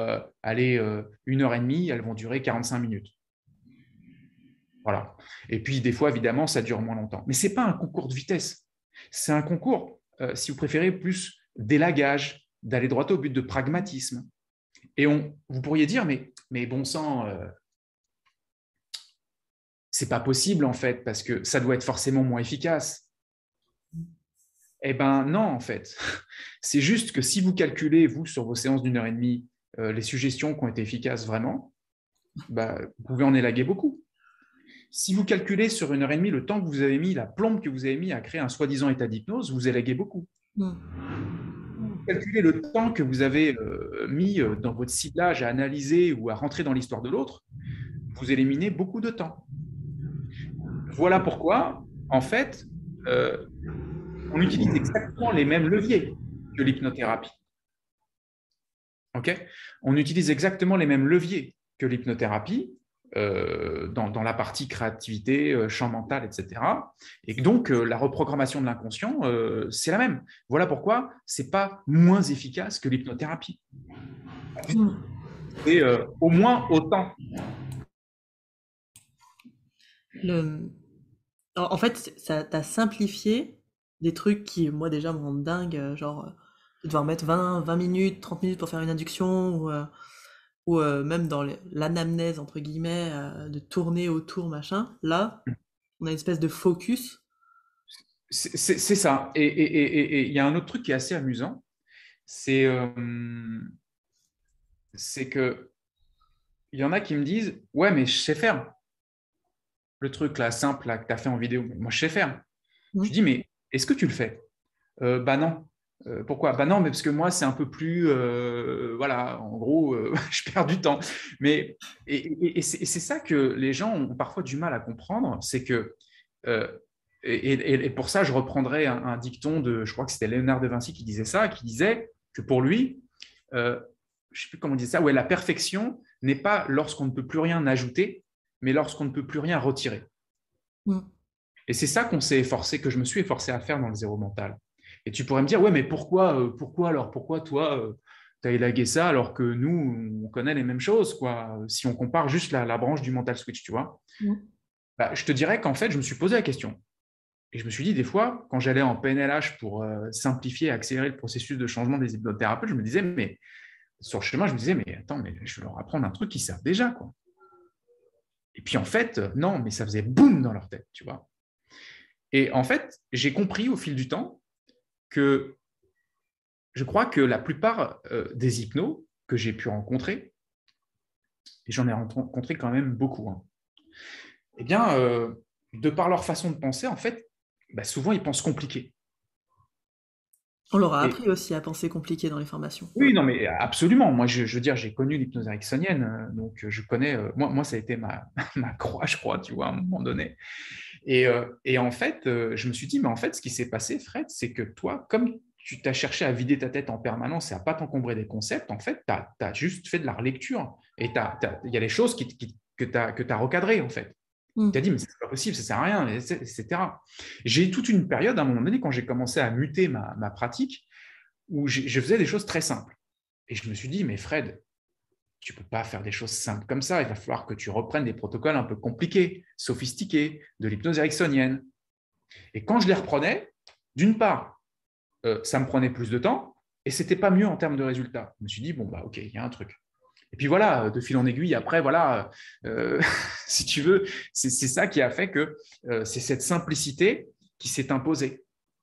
Speaker 1: 1h30, elles vont durer 45 minutes. Voilà. Et puis, des fois, évidemment, ça dure moins longtemps. Mais ce n'est pas un concours de vitesse. C'est un concours, si vous préférez, plus d'élagage, d'aller droit au but, de pragmatisme. Et vous pourriez dire, mais bon sang, c'est pas possible en fait, parce que ça doit être forcément moins efficace. Eh bien non, en fait. C'est juste que si vous calculez, vous, sur vos séances d'1h30, les suggestions qui ont été efficaces vraiment, vous pouvez en élaguer beaucoup. Si vous calculez sur 1h30 le temps que vous avez mis, la plombe que vous avez mis à créer un soi-disant état d'hypnose, vous élaguez beaucoup. Calculez le temps que vous avez mis dans votre ciblage à analyser ou à rentrer dans l'histoire de l'autre, vous éliminez beaucoup de temps. Voilà pourquoi, en fait, on utilise exactement les mêmes leviers que l'hypnothérapie. Okay ? On utilise exactement les mêmes leviers que l'hypnothérapie dans la partie créativité, champ mental, etc. Et donc, la reprogrammation de l'inconscient, c'est la même. Voilà pourquoi ce n'est pas moins efficace que l'hypnothérapie. C'est au moins autant.
Speaker 2: En fait, ça t'a simplifié des trucs qui, moi, déjà, me rendent dingue, genre de devoir mettre 20 minutes, 30 minutes pour faire une induction, ou même dans l'anamnèse, entre guillemets, de tourner autour, machin. Là, on a une espèce de focus.
Speaker 1: C'est ça. Et il y a un autre truc qui est assez amusant, c'est que il y en a qui me disent « Ouais, mais je sais faire. Le truc là, simple là, que tu as fait en vidéo, moi je sais faire. » Je dis « Mais est-ce que tu le fais ?» Bah non. Pourquoi? Bah non, mais parce que moi, c'est un peu plus… voilà, en gros, je perds du temps. Mais, et c'est ça que les gens ont parfois du mal à comprendre, c'est que… et pour ça, je reprendrai un dicton de… Je crois que c'était Léonard de Vinci qui disait ça, qui disait que pour lui… je ne sais plus comment on disait ça, ouais, la perfection n'est pas lorsqu'on ne peut plus rien ajouter, mais lorsqu'on ne peut plus rien retirer. Et c'est ça qu'on s'est efforcé, que je me suis efforcé à faire dans le zéro mental. Et tu pourrais me dire, ouais, mais pourquoi alors, pourquoi toi, tu as élagué ça alors que nous, on connaît les mêmes choses, quoi, si on compare juste la branche du mental switch, tu vois. Je te dirais qu'en fait, je me suis posé la question. Et je me suis dit, des fois, quand j'allais en PNLH pour simplifier et accélérer le processus de changement des hypnothérapeutes, je me disais, mais sur le chemin, je me disais, mais attends, mais je vais leur apprendre un truc qu'ils savent déjà, quoi. Et puis en fait, non, mais ça faisait boum dans leur tête, tu vois. Et en fait, j'ai compris au fil du temps que je crois que la plupart des hypnos que j'ai pu rencontrer et j'en ai rencontré quand même beaucoup, hein. Eh bien, de par leur façon de penser, en fait, souvent, ils pensent compliqué.
Speaker 2: On leur a
Speaker 1: Et
Speaker 2: appris aussi à penser compliqué dans les formations.
Speaker 1: oui, non, mais absolument. Moi, je veux dire, j'ai connu l'hypnose ericksonienne, donc je connais. Moi, ça a été ma croix, je crois, tu vois, à un moment donné. Et en fait, je me suis dit, mais en fait, ce qui s'est passé, Fred, c'est que toi, comme tu t'as cherché à vider ta tête en permanence et à pas t'encombrer des concepts, en fait, tu as juste fait de la relecture. Et il y a des choses que tu as recadrées, en fait. Tu as dit, mais c'est pas possible, ça sert à rien, etc. J'ai eu toute une période, à un moment donné, quand j'ai commencé à muter ma pratique, où je faisais des choses très simples. Et je me suis dit, mais Fred, tu ne peux pas faire des choses simples comme ça. Il va falloir que tu reprennes des protocoles un peu compliqués, sophistiqués, de l'hypnose ericksonienne. Et quand je les reprenais, d'une part, ça me prenait plus de temps et ce n'était pas mieux en termes de résultats. Je me suis dit, bon, ok, il y a un truc. Et puis voilà, de fil en aiguille, après, voilà, si tu veux, c'est ça qui a fait que c'est cette simplicité qui s'est imposée.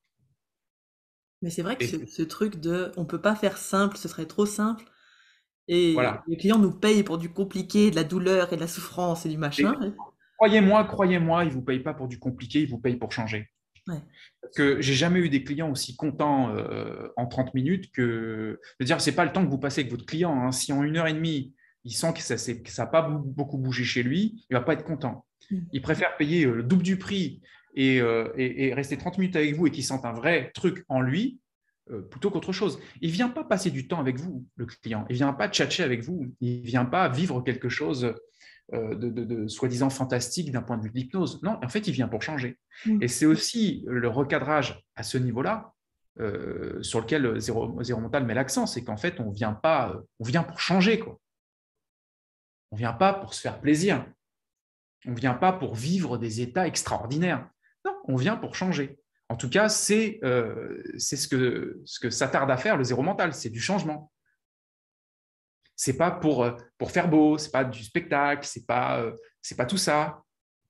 Speaker 2: Mais c'est vrai que ce truc de on peut pas faire simple, ce serait trop simple. Et
Speaker 1: Voilà.
Speaker 2: les clients nous payent pour du compliqué, de la douleur et de la souffrance et du machin.
Speaker 1: Croyez-moi, ils ne vous payent pas pour du compliqué, ils vous payent pour changer.
Speaker 2: Ouais.
Speaker 1: Parce que j'ai jamais eu des clients aussi contents en 30 minutes que. Je veux dire, ce n'est pas le temps que vous passez avec votre client, hein. Si en 1 heure et demie, il sent que ça n'a pas beaucoup bougé chez lui, il ne va pas être content. Il préfère payer le double du prix et rester 30 minutes avec vous et qu'il sente un vrai truc en lui plutôt qu'autre chose. Il ne vient pas passer du temps avec vous, le client. Il ne vient pas tchatcher avec vous. Il ne vient pas vivre quelque chose de soi-disant fantastique d'un point de vue de l'hypnose. Non, en fait, il vient pour changer. Et c'est aussi le recadrage à ce niveau-là sur lequel Zéro Mental met l'accent, c'est qu'en fait, on vient pour changer, quoi. On ne vient pas pour se faire plaisir. On ne vient pas pour vivre des états extraordinaires. Non, on vient pour changer. En tout cas, c'est ce que ça tarde à faire, le Zéro Mental, c'est du changement. C'est pas pour faire beau, c'est pas du spectacle, c'est pas tout ça.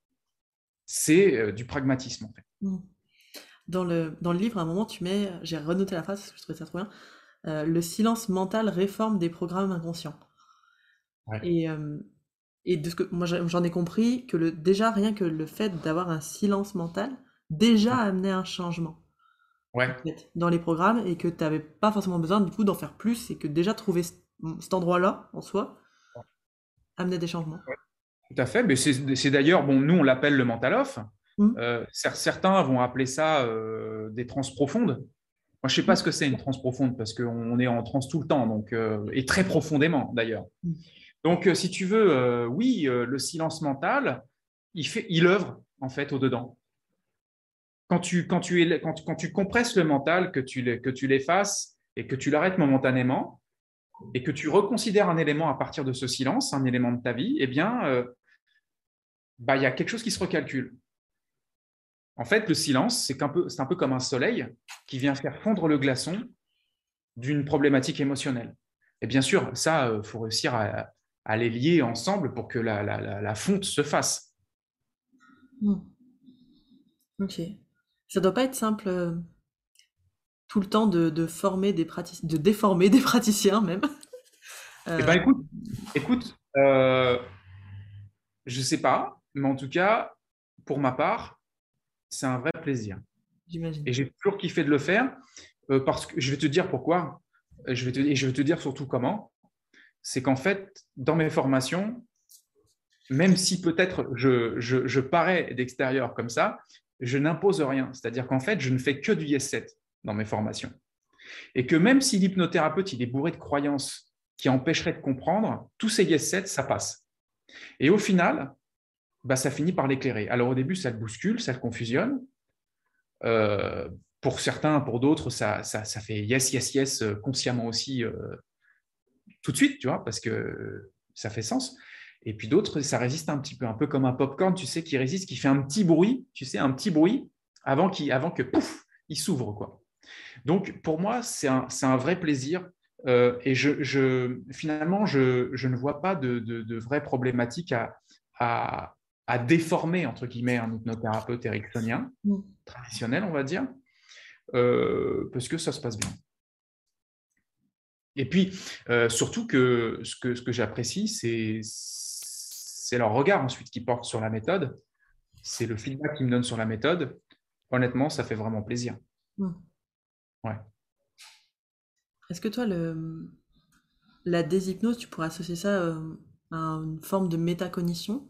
Speaker 1: C'est du pragmatisme, en fait.
Speaker 2: Dans le livre, à un moment, j'ai renoté la phrase parce que je trouvais ça trop bien. Le silence mental réforme des programmes inconscients.
Speaker 1: Ouais.
Speaker 2: Et de ce que moi j'en ai compris que déjà rien que le fait d'avoir un silence mental déjà amenait un changement.
Speaker 1: Ouais.
Speaker 2: En fait, dans les programmes et que tu n'avais pas forcément besoin du coup d'en faire plus et que déjà trouver cet endroit-là en soi amenait des changements.
Speaker 1: Ouais, tout à fait, mais c'est d'ailleurs, bon, nous on l'appelle le mental off. Certains vont appeler ça des trans profondes. Moi, je ne sais pas ce que c'est une transe profonde parce qu'on est en transe tout le temps, donc, et très profondément d'ailleurs. Donc, si tu veux, oui, le silence mental, il œuvre en fait au-dedans. Quand tu compresses le mental, que tu l'effaces et que tu l'arrêtes momentanément et que tu reconsidères un élément à partir de ce silence, un élément de ta vie, eh bien, y a quelque chose qui se recalcule. En fait, le silence, c'est un peu comme un soleil qui vient faire fondre le glaçon d'une problématique émotionnelle. Et bien sûr, ça, il faut réussir à les lier ensemble pour que la fonte se fasse.
Speaker 2: Ok. Ça doit pas être simple tout le temps de former des praticiens, de déformer des praticiens même.
Speaker 1: Eh bien, écoute, je ne sais pas, mais en tout cas, pour ma part, c'est un vrai plaisir.
Speaker 2: J'imagine.
Speaker 1: Et j'ai toujours kiffé de le faire parce que je vais te dire pourquoi, et je vais te dire surtout comment. C'est qu'en fait, dans mes formations, même si peut-être je parais d'extérieur comme ça, je n'impose rien. C'est-à-dire qu'en fait, je ne fais que du Yes 7 dans mes formations. Et que même si l'hypnothérapeute il est bourré de croyances qui empêcheraient de comprendre, tous ces Yes 7, ça passe. Et au final, ça finit par l'éclairer. Alors au début, ça le bouscule, ça le confusionne. Pour certains, pour d'autres, ça fait yes, yes, yes, consciemment aussi, tout de suite, tu vois, parce que ça fait sens. Et puis d'autres, ça résiste un petit peu, un peu comme un popcorn, tu sais, qui résiste, qui fait un petit bruit, tu sais, un petit bruit avant que pouf, il s'ouvre, quoi. Donc pour moi, c'est un vrai plaisir. Et finalement, je ne vois pas de vraies problématiques à déformer, entre guillemets, un hypnothérapeute ericksonien, traditionnel, on va dire, parce que ça se passe bien. Et puis, surtout que ce que j'apprécie, c'est leur regard ensuite qu'ils portent sur la méthode. C'est le feedback qu'ils me donnent sur la méthode. Honnêtement, ça fait vraiment plaisir.
Speaker 2: Mm.
Speaker 1: Ouais.
Speaker 2: Est-ce que toi, la déshypnose, tu pourrais associer ça à une forme de métacognition?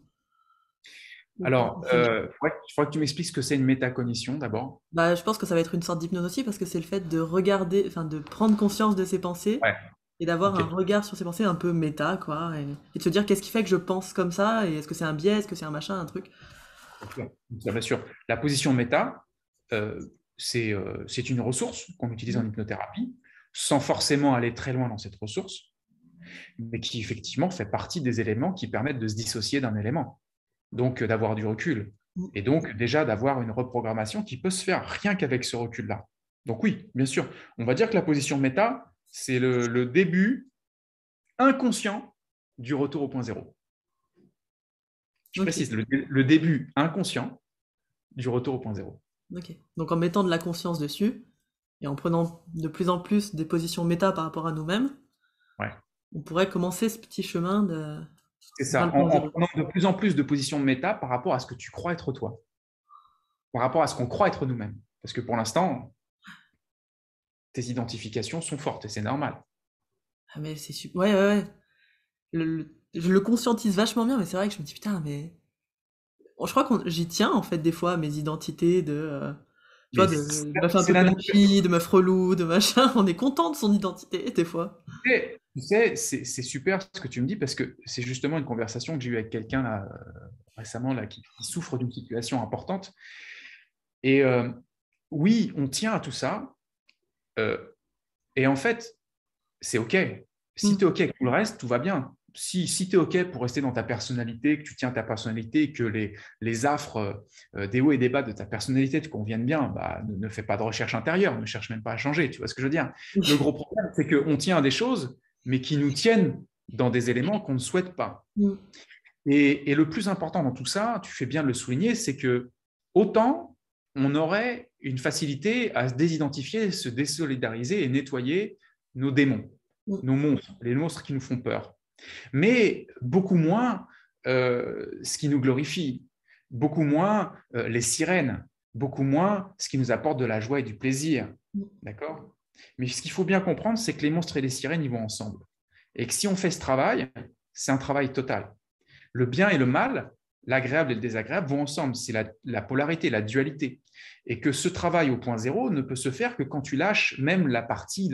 Speaker 1: Alors, il faudrait que tu m'expliques ce que c'est une métacognition d'abord.
Speaker 2: Bah, je pense que ça va être une sorte d'hypnose aussi, parce que c'est le fait de regarder, enfin de prendre conscience de ses pensées
Speaker 1: Ouais,
Speaker 2: et d'avoir un
Speaker 1: ok.
Speaker 2: regard sur ses pensées un peu méta, quoi, et de se dire qu'est-ce qui fait que je pense comme ça, et est-ce que c'est un biais, est-ce que c'est un machin, un truc.
Speaker 1: Bien sûr. La position méta, euh, c'est une ressource qu'on utilise en hypnothérapie, sans forcément aller très loin dans cette ressource, mais qui effectivement fait partie des éléments qui permettent de se dissocier d'un élément, donc d'avoir du recul, et donc déjà d'avoir une reprogrammation qui peut se faire rien qu'avec ce recul-là. Donc oui, bien sûr, on va dire que la position méta, c'est le début inconscient du retour au point zéro. Je
Speaker 2: Ok,
Speaker 1: précise, le début inconscient du retour au point zéro.
Speaker 2: ok. Donc en mettant de la conscience dessus, et en prenant de plus en plus des positions méta par rapport à nous-mêmes,
Speaker 1: Ouais.
Speaker 2: on pourrait commencer ce petit chemin
Speaker 1: C'est
Speaker 2: vers
Speaker 1: ça,
Speaker 2: le point
Speaker 1: en
Speaker 2: zéro.
Speaker 1: prenant de plus en plus de positions méta par rapport à ce que tu crois être toi, par rapport à ce qu'on croit être nous-mêmes. Parce que pour l'instant, tes identifications sont fortes et c'est normal.
Speaker 2: Ah mais c'est super. Ouais, ouais, ouais. Je le conscientise vachement bien, mais c'est vrai que je me dis putain, mais bon, je crois que j'y tiens en fait des fois à mes identités tu vois,
Speaker 1: Mais
Speaker 2: de meuf un
Speaker 1: c'est
Speaker 2: peu
Speaker 1: la nature.
Speaker 2: punchy, de meuf relou, de machin. On est content de son identité des fois.
Speaker 1: Tu sais, c'est super ce que tu me dis parce que c'est justement une conversation que j'ai eue avec quelqu'un là, récemment là, qui souffre d'une situation importante. Et oui, on tient à tout ça. euh, et en fait, c'est OK. Si tu es
Speaker 2: Mm.
Speaker 1: OK avec tout le reste, tout va bien. Si tu es OK pour rester dans ta personnalité, que tu tiens à ta personnalité, que les affres des hauts et des bas de ta personnalité te conviennent bien, bah, ne fais pas de recherche intérieure, ne cherche même pas à changer. Tu vois ce que je veux dire? Le gros problème, c'est qu'on tient à des choses, mais qui nous tiennent dans des éléments qu'on ne souhaite pas.
Speaker 2: Mm.
Speaker 1: Et le plus important dans tout ça, tu fais bien de le souligner, c'est que autant on aurait une facilité à se désidentifier, se désolidariser et nettoyer nos démons,
Speaker 2: Mm.
Speaker 1: nos monstres, les monstres qui nous font peur. Mais beaucoup moins ce qui nous glorifie, beaucoup moins les sirènes, beaucoup moins ce qui nous apporte de la joie et du plaisir.
Speaker 2: Mm.
Speaker 1: D'accord? Mais ce qu'il faut bien comprendre, c'est que les monstres et les sirènes, ils vont ensemble. Et que si on fait ce travail, c'est un travail total. Le bien et le mal, l'agréable et le désagréable vont ensemble. C'est la polarité, la dualité. Et que ce travail au point zéro ne peut se faire que quand tu lâches même la partie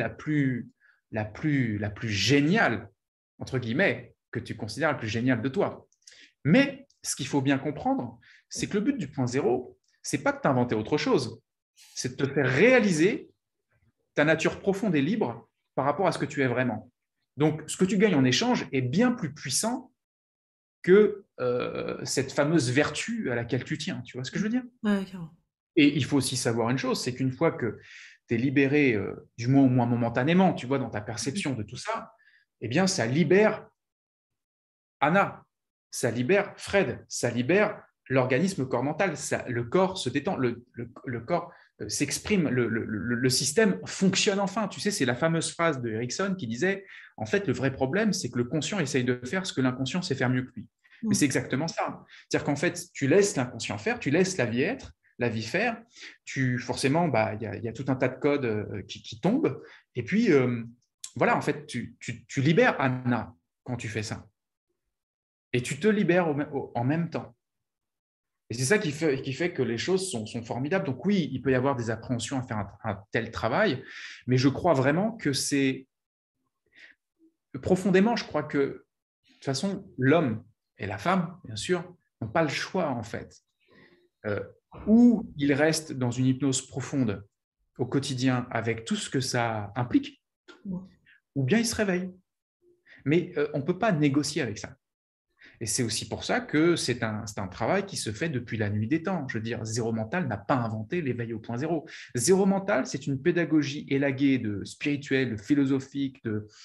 Speaker 1: la plus géniale, entre guillemets, que tu considères la plus géniale de toi. Mais ce qu'il faut bien comprendre, c'est que le but du point zéro, c'est pas de t'inventer autre chose, c'est de te faire réaliser ta nature profonde et libre par rapport à ce que tu es vraiment. Donc, ce que tu gagnes en échange est bien plus puissant que cette fameuse vertu à laquelle tu tiens. Tu vois ce que je veux dire?
Speaker 2: Ouais, carrément.
Speaker 1: Et il faut aussi savoir une chose, c'est qu'une fois que tu es libéré, du moins au moins momentanément, tu vois, dans ta perception de tout ça, eh bien, ça libère Anna, ça libère Fred, ça libère l'organisme corps mental, le corps se détend, le corps s'exprime, le système fonctionne enfin. Tu sais, c'est la fameuse phrase de Erickson qui disait, en fait, le vrai problème, c'est que le conscient essaye de faire ce que l'inconscient sait faire mieux que lui. Mais
Speaker 2: Mm.
Speaker 1: c'est exactement ça. C'est-à-dire qu'en fait, tu laisses l'inconscient faire, tu laisses la vie être, la vie faire, forcément, bah, y a tout un tas de codes qui tombent, et puis, voilà, en fait, tu libères Anna quand tu fais ça. Et tu te libères en même temps. Et c'est ça qui fait que les choses sont formidables. Donc oui, il peut y avoir des appréhensions à faire un tel travail, mais je crois vraiment que c'est... Profondément, je crois que, de toute façon, l'homme et la femme, bien sûr, n'ont pas le choix, en fait. Euh, ou ils restent dans une hypnose profonde au quotidien avec tout ce que ça implique,
Speaker 2: Mm.
Speaker 1: ou bien ils se réveillent. Mais on ne peut pas négocier avec ça. Et c'est aussi pour ça que c'est un travail qui se fait depuis la nuit des temps. Je veux dire, Zéro Mental n'a pas inventé l'éveil au point zéro. Zéro Mental, c'est une pédagogie élaguée de spirituel, de philosophique,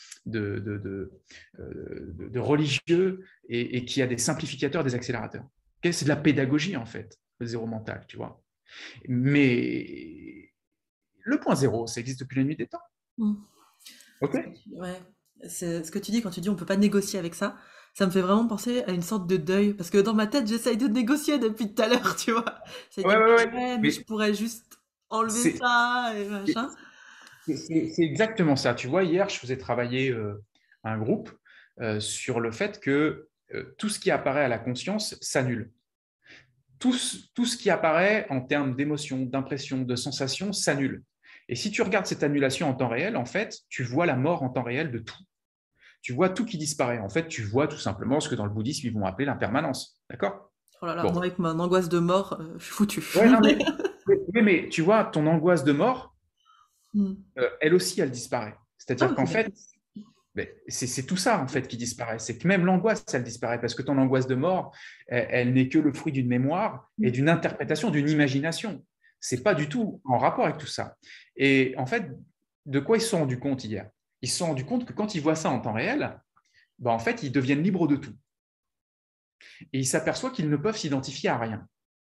Speaker 1: de religieux et qui a des simplificateurs, des accélérateurs. C'est de la pédagogie, en fait, le Zéro Mental, tu vois. Mais le point zéro, ça existe depuis la nuit des temps.
Speaker 2: Mm.
Speaker 1: Ok.
Speaker 2: Ouais, c'est ce que tu dis quand tu dis on peut pas négocier avec ça. Ça me fait vraiment penser à une sorte de deuil parce que dans ma tête, j'essaye de négocier depuis tout à l'heure, tu vois. J'essaye de
Speaker 1: Ouais,
Speaker 2: me
Speaker 1: ouais,
Speaker 2: dire
Speaker 1: ouais.
Speaker 2: ouais, mais je
Speaker 1: Mais
Speaker 2: pourrais juste enlever
Speaker 1: c'est
Speaker 2: ça et
Speaker 1: c'est-
Speaker 2: machin.
Speaker 1: c'est exactement ça. Tu vois, hier, je faisais travailler un groupe sur le fait que tout ce qui apparaît à la conscience s'annule. Tout ce qui apparaît en termes d'émotion, d'impression, de sensation s'annule. Et si tu regardes cette annulation en temps réel, en fait, tu vois la mort en temps réel de tout. Tu vois tout qui disparaît. En fait, tu vois tout simplement ce que dans le bouddhisme, ils vont appeler l'impermanence. D'accord?
Speaker 2: Oh là là,
Speaker 1: Bon.
Speaker 2: moi avec mon angoisse de mort, je suis foutue.
Speaker 1: Ouais, non, mais tu vois, ton angoisse de mort,
Speaker 2: Hmm.
Speaker 1: elle aussi, elle disparaît.
Speaker 2: Ah
Speaker 1: C'est-à-dire
Speaker 2: ok,
Speaker 1: qu'en
Speaker 2: d'accord.
Speaker 1: fait, c'est tout ça en fait qui disparaît. C'est que même l'angoisse, elle disparaît parce que ton angoisse de mort, elle n'est que le fruit d'une mémoire et
Speaker 2: Hmm.
Speaker 1: d'une interprétation, d'une imagination. C'est pas du tout en rapport avec tout ça. Et en fait, de quoi ils se sont rendus compte hier? Ils se sont rendus compte que quand ils voient ça en temps réel, ben, en fait, ils deviennent libres de tout. Et ils s'aperçoivent qu'ils ne peuvent s'identifier à rien.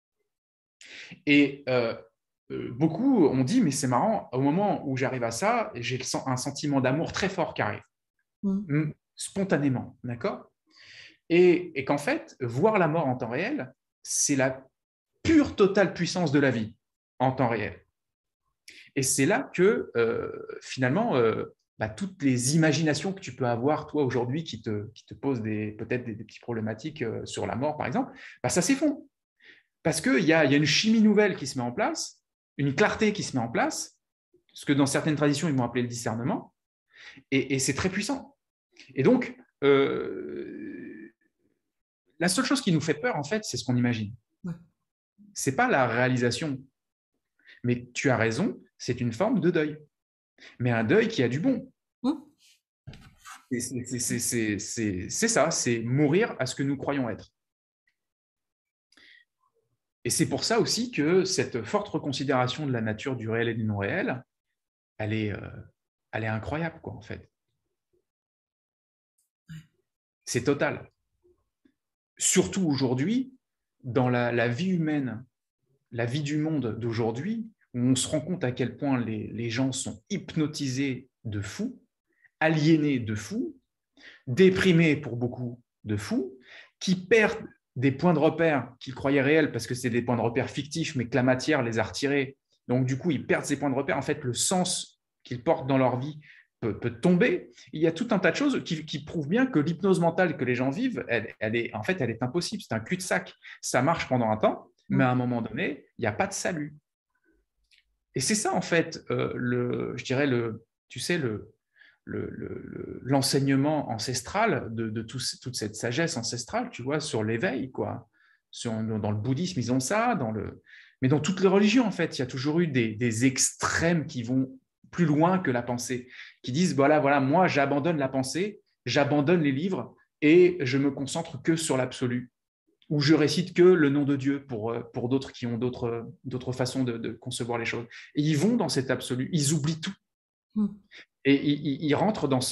Speaker 1: Et beaucoup ont dit, mais c'est marrant, au moment où j'arrive à ça, j'ai un sentiment d'amour très fort qui arrive,
Speaker 2: Hmm.
Speaker 1: spontanément, d'accord? Et qu'en fait, voir la mort en temps réel, c'est la pure totale puissance de la vie en temps réel. Et c'est là que finalement, toutes les imaginations que tu peux avoir, toi, aujourd'hui, qui te posent peut-être des petites problématiques sur la mort, par exemple, ça s'effondre. Parce qu'il y a une chimie nouvelle qui se met en place, une clarté qui se met en place, ce que dans certaines traditions, ils vont appeler le discernement, et c'est très puissant. Et donc, la seule chose qui nous fait peur, en fait, c'est ce qu'on imagine.
Speaker 2: Ouais.
Speaker 1: C'est pas la réalisation. Mais tu as raison, c'est une forme de deuil. Mais un deuil qui a du bon.
Speaker 2: Hmm.
Speaker 1: C'est ça, c'est mourir à ce que nous croyons être. Et c'est pour ça aussi que cette forte reconsidération de la nature du réel et du non-réel, elle est, elle est incroyable, quoi, en fait. C'est total. Surtout aujourd'hui, dans la vie humaine, la vie du monde d'aujourd'hui, où on se rend compte à quel point les gens sont hypnotisés de fou, aliénés de fou, déprimés pour beaucoup de fous, qui perdent des points de repère qu'ils croyaient réels parce que c'est des points de repère fictifs, mais que la matière les a retirés. Donc, du coup, ils perdent ces points de repère. En fait, le sens qu'ils portent dans leur vie peut tomber. Il y a tout un tas de choses qui prouvent bien que l'hypnose mentale que les gens vivent, elle est impossible. C'est un cul-de-sac. Ça marche pendant un temps, mais à un moment donné, il n'y a pas de salut. Et c'est ça, en fait, je dirais, tu sais, l'enseignement ancestral de toute cette sagesse ancestrale, tu vois, sur l'éveil, quoi. Dans le bouddhisme, ils ont ça, mais dans toutes les religions, en fait, il y a toujours eu des extrêmes qui vont plus loin que la pensée, qui disent, voilà, moi, j'abandonne la pensée, j'abandonne les livres et je me concentre que sur l'absolu, ou je récite que le nom de Dieu pour d'autres qui ont d'autres façons de concevoir les choses. Et ils vont dans cet absolu, ils oublient tout.
Speaker 2: Hmm.
Speaker 1: Et ils rentrent dans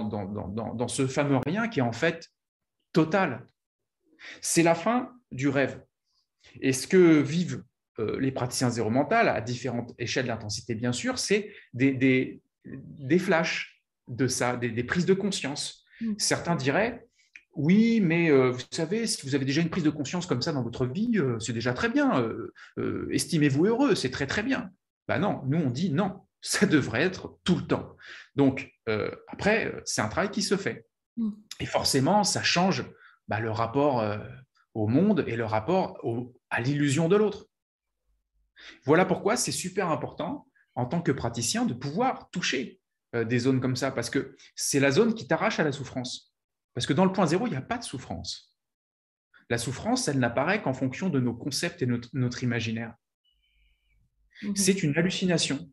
Speaker 1: ce fameux rien qui est en fait total. C'est la fin du rêve. Et ce que vivent les praticiens zéro mental, à différentes échelles d'intensité, bien sûr, c'est des flashs de ça, des prises de conscience.
Speaker 2: Hmm.
Speaker 1: Certains diraient, oui, mais vous savez, si vous avez déjà une prise de conscience comme ça dans votre vie, c'est déjà très bien. Estimez-vous heureux, c'est très très bien. Ben non, nous on dit non, ça devrait être tout le temps. Donc après, c'est un travail qui se fait. Et forcément, ça change le rapport au monde et le rapport à l'illusion de l'autre. Voilà pourquoi c'est super important en tant que praticien de pouvoir toucher des zones comme ça, parce que c'est la zone qui t'arrache à la souffrance. Parce que dans le point zéro, il n'y a pas de souffrance. La souffrance, elle n'apparaît qu'en fonction de nos concepts et notre imaginaire. C'est une hallucination.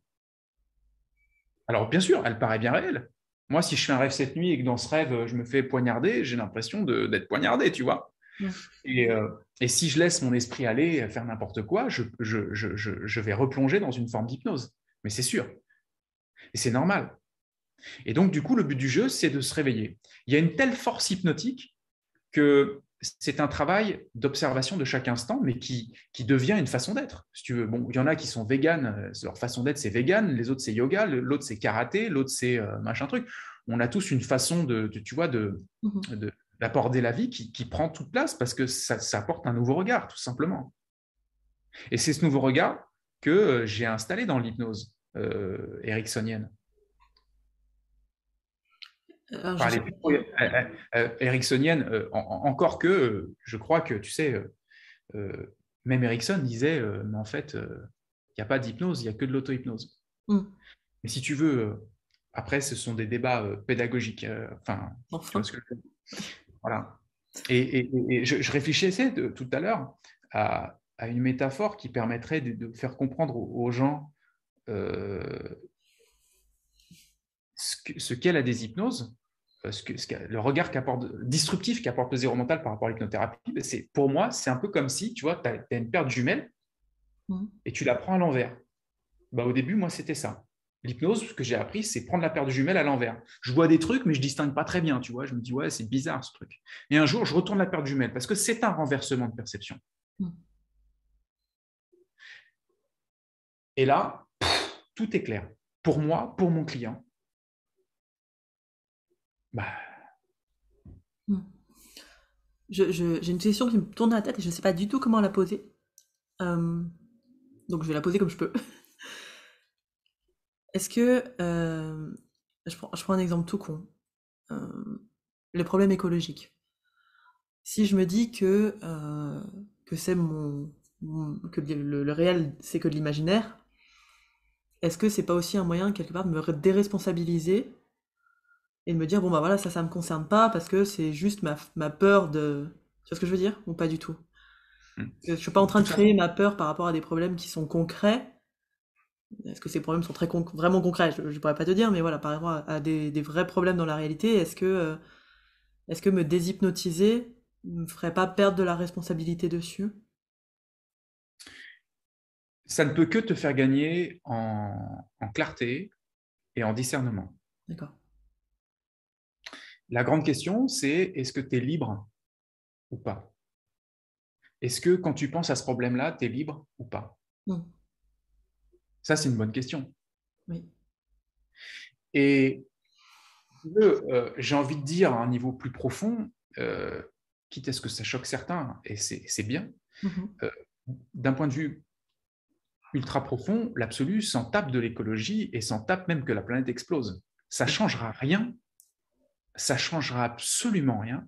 Speaker 1: Alors bien sûr, elle paraît bien réelle. Moi, si je fais un rêve cette nuit et que dans ce rêve, je me fais poignarder, j'ai l'impression d'être poignardé, tu vois.
Speaker 2: Ouais.
Speaker 1: Et si je laisse mon esprit aller faire n'importe quoi, je vais replonger dans une forme d'hypnose. Mais c'est sûr. Et c'est normal. Et donc, du coup, le but du jeu, c'est de se réveiller. Il y a une telle force hypnotique que c'est un travail d'observation de chaque instant, mais qui devient une façon d'être. Si tu veux. Bon, il y en a qui sont véganes, leur façon d'être, c'est vegan, les autres, c'est yoga, l'autre, c'est karaté, l'autre, c'est machin truc. On a tous une façon tu vois, d'aborder la vie qui prend toute place parce que ça apporte un nouveau regard, tout simplement. Et c'est ce nouveau regard que j'ai installé dans l'hypnose ericksonienne. Ericksonienne, encore que je crois que, tu sais, même Erickson disait, mais en fait, il n'y a pas d'hypnose, il n'y a que de l'auto-hypnose. Mais si tu veux, après, ce sont des débats pédagogiques. Enfin. Tu vois ce que je veux dire. Voilà. Et je réfléchissais tout à l'heure à une métaphore qui permettrait de faire comprendre aux gens ce qu'est la déshypnose, le regard disruptif qu'apporte le zéro mental par rapport à l'hypnothérapie. Pour moi, c'est un peu comme si, tu vois, tu as une paire de jumelles et tu la prends à l'envers. Au début, moi, c'était ça. L'hypnose, ce que j'ai appris, c'est prendre la paire de jumelles à l'envers. Je vois des trucs, mais je ne distingue pas très bien, tu vois. Je me dis, ouais, c'est bizarre ce truc. Et un jour, je retourne la paire de jumelles parce que c'est un renversement de perception. Et là, tout est clair. Pour moi, pour mon client.
Speaker 2: J'ai une question qui me tourne à la tête et je ne sais pas du tout comment la poser. Donc je vais la poser comme je peux. Est-ce que... je prends un exemple tout con. Le problème écologique. Si je me dis que c'est que le réel, c'est que de l'imaginaire, est-ce que c'est pas aussi un moyen, quelque part, de me déresponsabiliser et de me dire, bon bah voilà, ça me concerne pas parce que c'est juste ma peur de... Tu vois ce que je veux dire? Ou pas du tout? Je suis pas en train de créer ma peur par rapport à des problèmes qui sont concrets. Est-ce que ces problèmes sont vraiment concrets? Je pourrais pas te dire, mais voilà, par rapport à des vrais problèmes dans la réalité, est-ce que me déshypnotiser me ferait pas perdre de la responsabilité dessus?
Speaker 1: Ça ne peut que te faire gagner en clarté et en discernement.
Speaker 2: D'accord.
Speaker 1: La grande question, c'est est-ce que tu es libre ou pas? Est-ce que quand tu penses à ce problème-là, tu es libre ou pas? Ça, c'est une bonne question.
Speaker 2: Oui.
Speaker 1: Et j'ai envie de dire à un niveau plus profond, quitte à ce que ça choque certains, et c'est bien, d'un point de vue ultra profond, l'absolu s'en tape de l'écologie et s'en tape même que la planète explose. Ça ne changera rien, ça ne changera absolument rien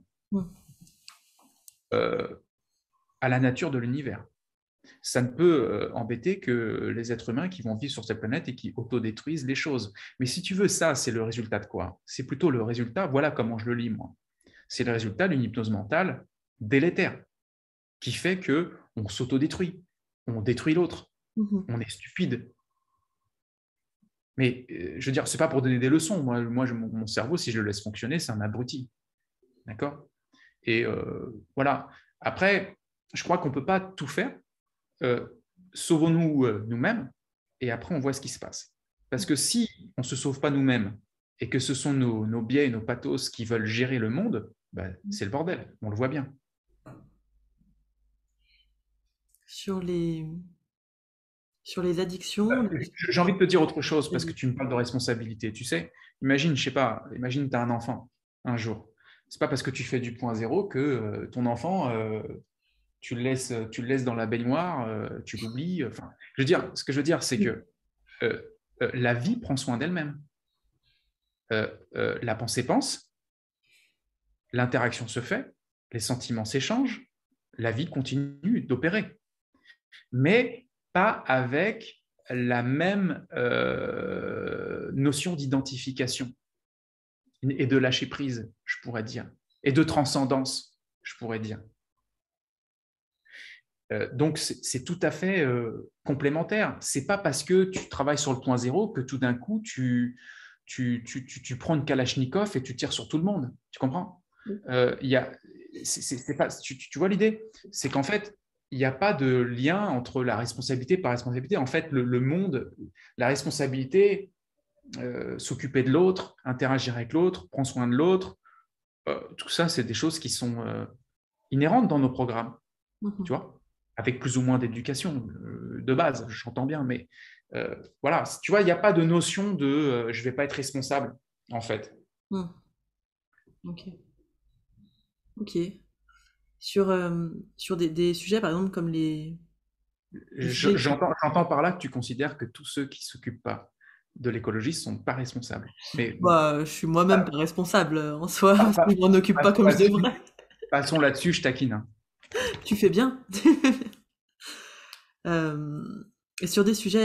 Speaker 1: à la nature de l'univers. Ça ne peut embêter que les êtres humains qui vont vivre sur cette planète et qui autodétruisent les choses. Mais si tu veux, ça, c'est le résultat de quoi? C'est plutôt le résultat, voilà comment je le lis, moi. C'est le résultat d'une hypnose mentale délétère qui fait qu'on s'autodétruit, on détruit l'autre, on est stupide. Mais je veux dire, ce n'est pas pour donner des leçons. Moi mon cerveau, si je le laisse fonctionner, c'est un abruti. D'accord? Et voilà. Après, je crois qu'on ne peut pas tout faire. Sauvons-nous nous-mêmes et après on voit ce qui se passe. Parce que si on ne se sauve pas nous-mêmes et que ce sont nos biais et nos pathos qui veulent gérer le monde, c'est le bordel, on le voit bien.
Speaker 2: Sur les addictions...
Speaker 1: J'ai envie de te dire autre chose parce que tu me parles de responsabilité. Tu sais, imagine, je sais pas, imagine tu as un enfant un jour. C'est pas parce que tu fais du point zéro que ton enfant... tu le laisses dans la baignoire, tu l'oublies. Enfin, ce que je veux dire, c'est que la vie prend soin d'elle-même. La pensée pense, l'interaction se fait, les sentiments s'échangent, la vie continue d'opérer. Mais pas avec la même notion d'identification et de lâcher prise, je pourrais dire, et de transcendance, je pourrais dire. Donc, c'est tout à fait complémentaire. Ce n'est pas parce que tu travailles sur le point zéro que tout d'un coup, tu prends une Kalachnikov et tu tires sur tout le monde. Tu comprends? Tu vois l'idée? C'est qu'en fait, il n'y a pas de lien entre la responsabilité par responsabilité. En fait, le monde, la responsabilité, s'occuper de l'autre, interagir avec l'autre, prendre soin de l'autre, tout ça, c'est des choses qui sont inhérente dans nos programmes,
Speaker 2: Mhm.
Speaker 1: tu vois, avec plus ou moins d'éducation de base, j'entends bien, mais voilà, tu vois, il n'y a pas de notion de je ne vais pas être responsable, en fait.
Speaker 2: Mhm. Ok. Ok. Sur des sujets, par exemple, comme les sujets qui...
Speaker 1: J'entends par là que tu considères que tous ceux qui ne s'occupent pas de l'écologie ne sont pas responsables. Mais bon,
Speaker 2: Bah, je suis moi-même pas responsable en soi,
Speaker 1: pa-
Speaker 2: parce que
Speaker 1: pa-
Speaker 2: je m'en occupe pas
Speaker 1: passons
Speaker 2: comme je
Speaker 1: là-dessus,
Speaker 2: devrais.
Speaker 1: passons là-dessus, je taquine, hein.
Speaker 2: Tu fais bien. Euh, et sur des sujets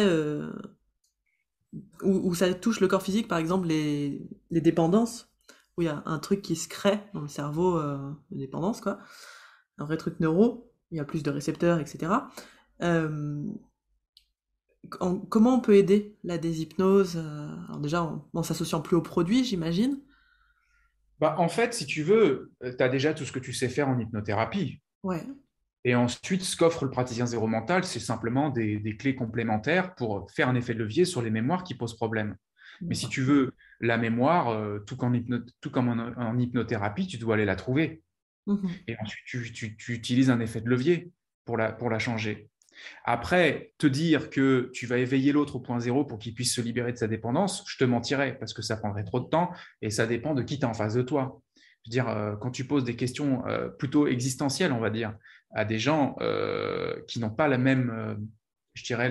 Speaker 2: où ça touche le corps physique, par exemple les dépendances, où il y a un truc qui se crée dans le cerveau, de dépendance, quoi, un vrai truc neuro, il y a plus de récepteurs, etc. Euh, Comment on peut aider la déshypnose alors déjà, en s'associant plus aux produits, j'imagine.
Speaker 1: Bah, en fait, si tu veux, tu as déjà tout ce que tu sais faire en hypnothérapie.
Speaker 2: Ouais.
Speaker 1: Et ensuite, ce qu'offre le praticien zéro mental, c'est simplement des clés complémentaires pour faire un effet de levier sur les mémoires qui posent problème. Mais si
Speaker 2: D'accord.
Speaker 1: tu veux, la mémoire, tout comme en hypnothérapie, tu dois aller la trouver.
Speaker 2: Mhm.
Speaker 1: Et ensuite, tu utilises un effet de levier pour la changer. Après, te dire que tu vas éveiller l'autre au point zéro pour qu'il puisse se libérer de sa dépendance, je te mentirais parce que ça prendrait trop de temps et ça dépend de qui tu es en face de toi. Je veux dire, quand tu poses des questions plutôt existentielles, on va dire, à des gens qui n'ont pas la même, je dirais,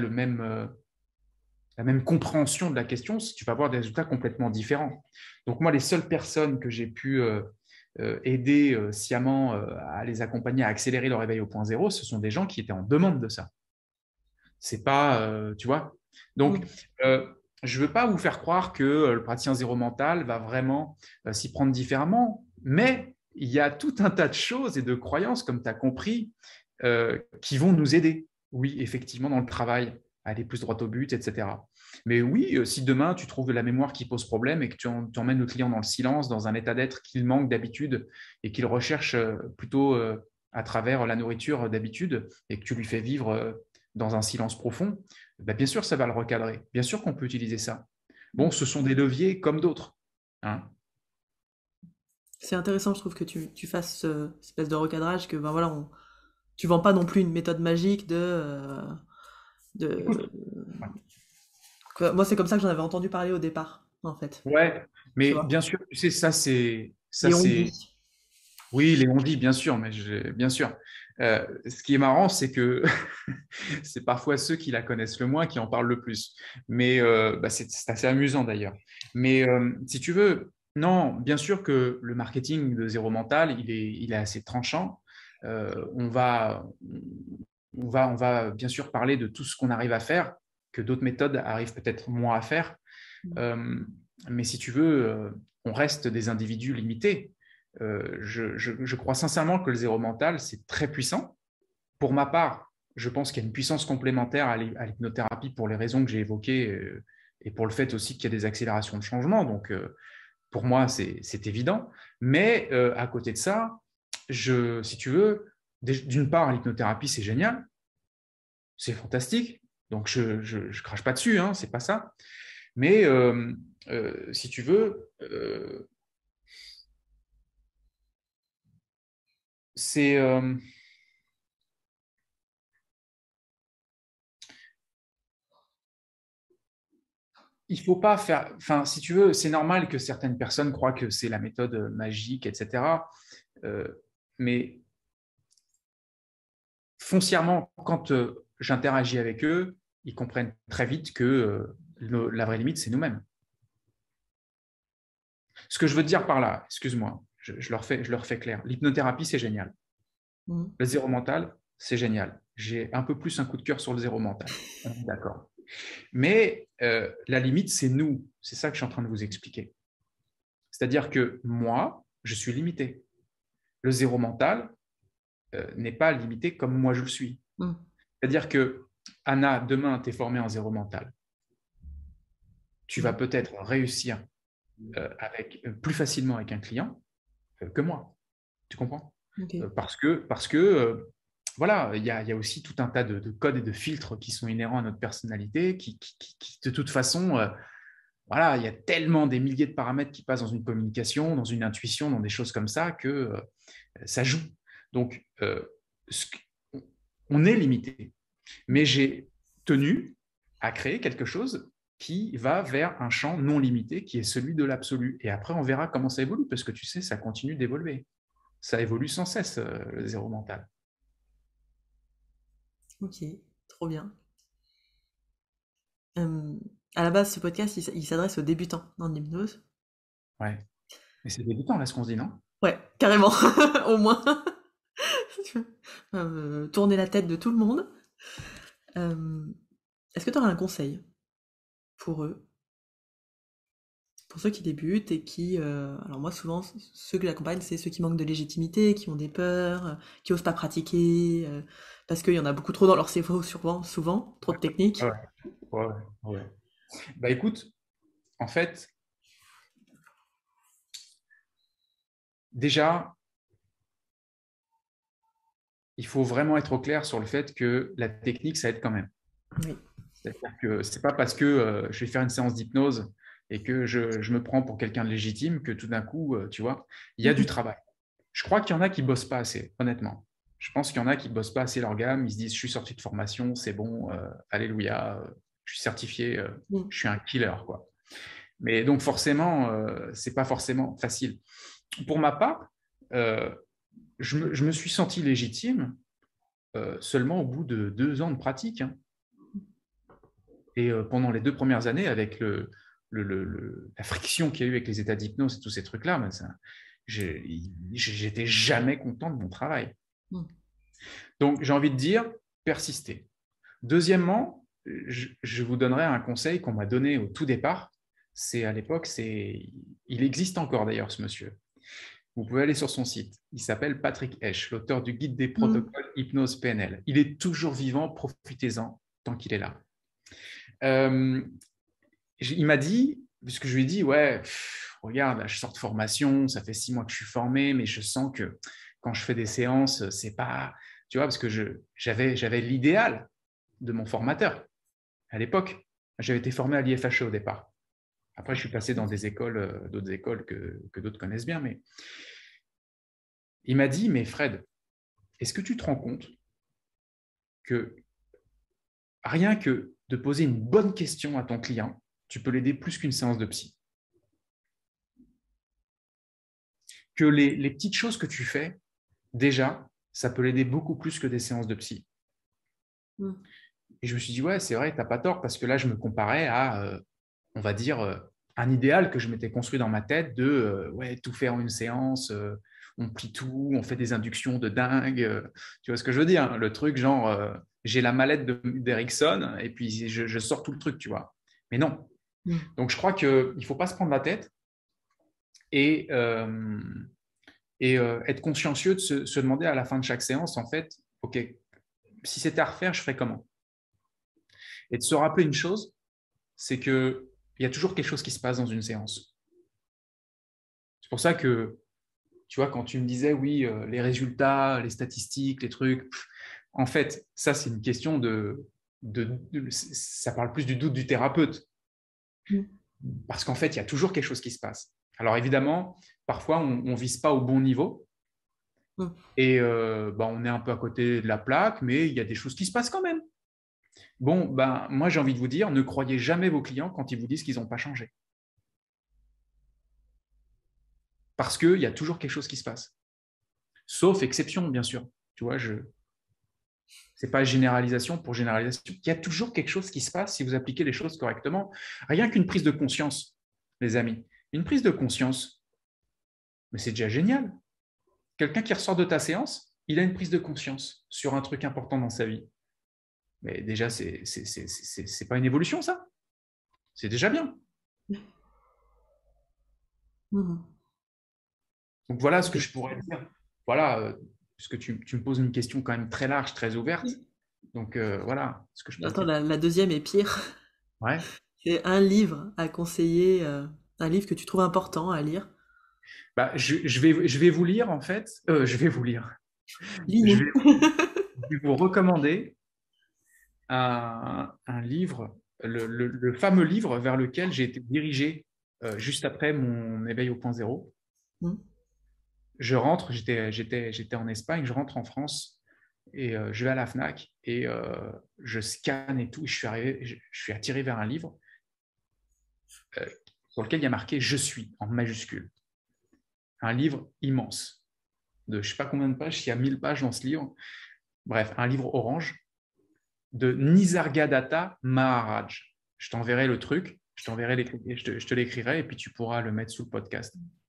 Speaker 1: la même compréhension de la question, tu vas avoir des résultats complètement différents. Donc moi, les seules personnes que j'ai pu aider sciemment à les accompagner à accélérer leur éveil au point zéro, ce sont des gens qui étaient en demande de ça. C'est pas, tu vois. Donc,
Speaker 2: Mhm.
Speaker 1: je veux pas vous faire croire que le praticien zéro mental va vraiment s'y prendre différemment, mais il y a tout un tas de choses et de croyances, comme tu as compris, qui vont nous aider. Oui, effectivement, dans le travail, à aller plus droit au but, etc. Mais oui, si demain tu trouves de la mémoire qui pose problème et que tu emmènes le client dans le silence, dans un état d'être qu'il manque d'habitude et qu'il recherche plutôt à travers la nourriture d'habitude et que tu lui fais vivre dans un silence profond, bah, bien sûr, ça va le recadrer. Bien sûr qu'on peut utiliser ça. Bon, ce sont des leviers comme d'autres, hein.
Speaker 2: C'est intéressant, je trouve, que tu fasses cette espèce de recadrage, que ben voilà, tu vends pas non plus une méthode magique de...
Speaker 1: Écoute,
Speaker 2: Moi, c'est comme ça que j'en avais entendu parler au départ, en fait.
Speaker 1: ouais,
Speaker 2: Tu
Speaker 1: mais
Speaker 2: vois.
Speaker 1: bien sûr, tu sais,
Speaker 2: Et on dit.
Speaker 1: oui, les on-dit, bien sûr, bien sûr. Ce qui est marrant, c'est que c'est parfois ceux qui la connaissent le moins qui en parlent le plus. Mais bah, c'est assez amusant d'ailleurs. Mais si tu veux, non, bien sûr que le marketing de zéro mental, il est assez tranchant. Euh, on va, on va bien sûr parler de tout ce qu'on arrive à faire, que d'autres méthodes arrivent peut-être moins à faire. Euh, mais si tu veux, on reste des individus limités. Je crois sincèrement que le zéro mental, c'est très puissant. Pour ma part, je pense qu'il y a une puissance complémentaire à l'hypnothérapie pour les raisons que j'ai évoquées et pour le fait aussi qu'il y a des accélérations de changement. Donc, pour moi, c'est évident. Mais à côté de ça, si tu veux, d'une part, l'hypnothérapie, c'est génial, c'est fantastique. Donc, je crache pas dessus, hein, c'est pas ça. Mais si tu veux, c'est il faut pas faire. Enfin, si tu veux, c'est normal que certaines personnes croient que c'est la méthode magique, etc. Euh, mais foncièrement, quand j'interagis avec eux, ils comprennent très vite que la vraie limite, c'est nous-mêmes. Ce que je veux te dire par là, excuse-moi, je leur fais clair. L'hypnothérapie, c'est génial.
Speaker 2: Mhm.
Speaker 1: Le zéro mental, c'est génial. J'ai un peu plus un coup de cœur sur le zéro mental. On est d'accord. Mais la limite, c'est nous. C'est ça que je suis en train de vous expliquer. C'est-à-dire que moi, je suis limité. Le zéro mental n'est pas limité comme moi je le suis.
Speaker 2: Mhm.
Speaker 1: C'est-à-dire que, Anna, demain, tu es formée en zéro mental. Tu vas
Speaker 2: Mhm.
Speaker 1: peut-être réussir plus facilement avec un client que moi. Tu comprends?
Speaker 2: Ok.
Speaker 1: Parce que voilà, il y a aussi tout un tas de codes et de filtres qui sont inhérents à notre personnalité, qui de toute façon, voilà, il y a tellement des milliers de paramètres qui passent dans une communication, dans une intuition, dans des choses comme ça, que ça joue. Donc, on est limité. Mais j'ai tenu à créer quelque chose qui va vers un champ non limité, qui est celui de l'absolu. Et après, on verra comment ça évolue, parce que tu sais, ça continue d'évoluer. Ça évolue sans cesse, le zéro mental.
Speaker 2: Ok, trop bien. À la base, ce podcast, il s'adresse aux débutants dans l'hypnose.
Speaker 1: Ouais. Mais c'est débutant, là, ce qu'on se dit, non?
Speaker 2: Ouais, carrément, au moins. Tourner la tête de tout le monde. Est-ce que tu auras un conseil pour eux, pour ceux qui débutent et qui... alors moi, souvent, ceux que j'accompagne, c'est ceux qui manquent de légitimité, qui ont des peurs, qui osent pas pratiquer, parce qu'il y en a beaucoup trop dans leur cerveau, souvent, trop de techniques.
Speaker 1: Ouais. Bah écoute, en fait, déjà, il faut vraiment être au clair sur le fait que la technique, ça aide quand même.
Speaker 2: Oui.
Speaker 1: C'est-à-dire que c'est pas parce que je vais faire une séance d'hypnose et que je me prends pour quelqu'un de légitime que tout d'un coup, tu vois, il y a du travail. Je crois qu'il y en a qui bossent pas assez, honnêtement. Je pense qu'il y en a qui bossent pas assez leur gamme. Ils se disent, je suis sorti de formation, c'est bon, alléluia, je suis certifié, je suis un killer, quoi. Mais donc forcément, c'est pas forcément facile. Pour ma part, je me suis senti légitime seulement au bout de 2 ans de pratique. Hein. Et pendant les 2 premières années, avec la friction qu'il y a eu avec les états d'hypnose et tous ces trucs-là, j'étais jamais content de mon travail. Donc, j'ai envie de dire, persistez. Deuxièmement, je vous donnerai un conseil qu'on m'a donné au tout départ. C'est à l'époque, il existe encore d'ailleurs ce monsieur. Vous pouvez aller sur son site. Il s'appelle Patrick Esch, l'auteur du guide des protocoles hypnose PNL. Il est toujours vivant, profitez-en tant qu'il est là. Il m'a dit, puisque je lui ai dit, ouais, regarde, là, je sors de formation, ça fait 6 mois que je suis formé, mais je sens que quand je fais des séances, c'est pas, tu vois, parce que j'avais l'idéal de mon formateur à l'époque. J'avais été formé à l'IFHE au départ. Après, je suis passé dans des écoles, d'autres écoles que d'autres connaissent bien, mais il m'a dit, mais Fred, est-ce que tu te rends compte que rien que de poser une bonne question à ton client, tu peux l'aider plus qu'une séance de psy. Que les petites choses que tu fais, déjà, ça peut l'aider beaucoup plus que des séances de psy. Et je me suis dit, ouais, c'est vrai, tu n'as pas tort, parce que là, je me comparais à, on va dire, un idéal que je m'étais construit dans ma tête de ouais, tout faire en une séance, on plie tout, on fait des inductions de dingue. Tu vois ce que je veux dire, hein, le truc genre, j'ai la mallette d'Erickson et puis je sors tout le truc, tu vois. Mais non. Donc, je crois qu'il ne faut pas se prendre la tête et être consciencieux de se demander à la fin de chaque séance, en fait, OK, si c'était à refaire, je ferais comment? Et de se rappeler une chose, c'est qu'il y a toujours quelque chose qui se passe dans une séance. C'est pour ça que, tu vois, quand tu me disais, oui, les résultats, les statistiques, les trucs, en fait, ça, c'est une question ça parle plus du doute du thérapeute. Parce qu'en fait, il y a toujours quelque chose qui se passe. Alors évidemment, parfois, on ne vise pas au bon niveau et on est un peu à côté de la plaque, mais il y a des choses qui se passent quand même. Bon, moi, j'ai envie de vous dire, ne croyez jamais vos clients quand ils vous disent qu'ils n'ont pas changé. Parce qu'il y a toujours quelque chose qui se passe. Sauf exception, bien sûr. Tu vois, ce n'est pas généralisation pour généralisation. Il y a toujours quelque chose qui se passe si vous appliquez les choses correctement. Rien qu'une prise de conscience, les amis. Une prise de conscience, mais c'est déjà génial. Quelqu'un qui ressort de ta séance, il a une prise de conscience sur un truc important dans sa vie. Mais déjà, c'est pas une évolution, ça. C'est déjà bien. Donc voilà ce que je pourrais dire. Voilà, puisque tu me poses une question quand même très large, très ouverte. Donc voilà ce que je peux dire.
Speaker 2: La deuxième est pire.
Speaker 1: Ouais.
Speaker 2: C'est un livre à conseiller, un livre que tu trouves important à lire.
Speaker 1: Je vais vous lire, en fait. Je vais vous lire.
Speaker 2: Je
Speaker 1: vais vous recommander un livre, le fameux livre vers lequel j'ai été dirigé juste après mon éveil au point zéro. je rentre, j'étais en Espagne, je rentre en France et je vais à la Fnac et je scanne et tout. Je suis attiré vers un livre sur lequel il y a marqué « Je suis » en majuscule. Un livre immense, de je ne sais pas combien de pages, s'il y a 1000 pages dans ce livre. Bref, un livre orange de Nisargadatta Maharaj. Je t'enverrai le truc, je te l'écrirai et puis tu pourras le mettre sous le podcast.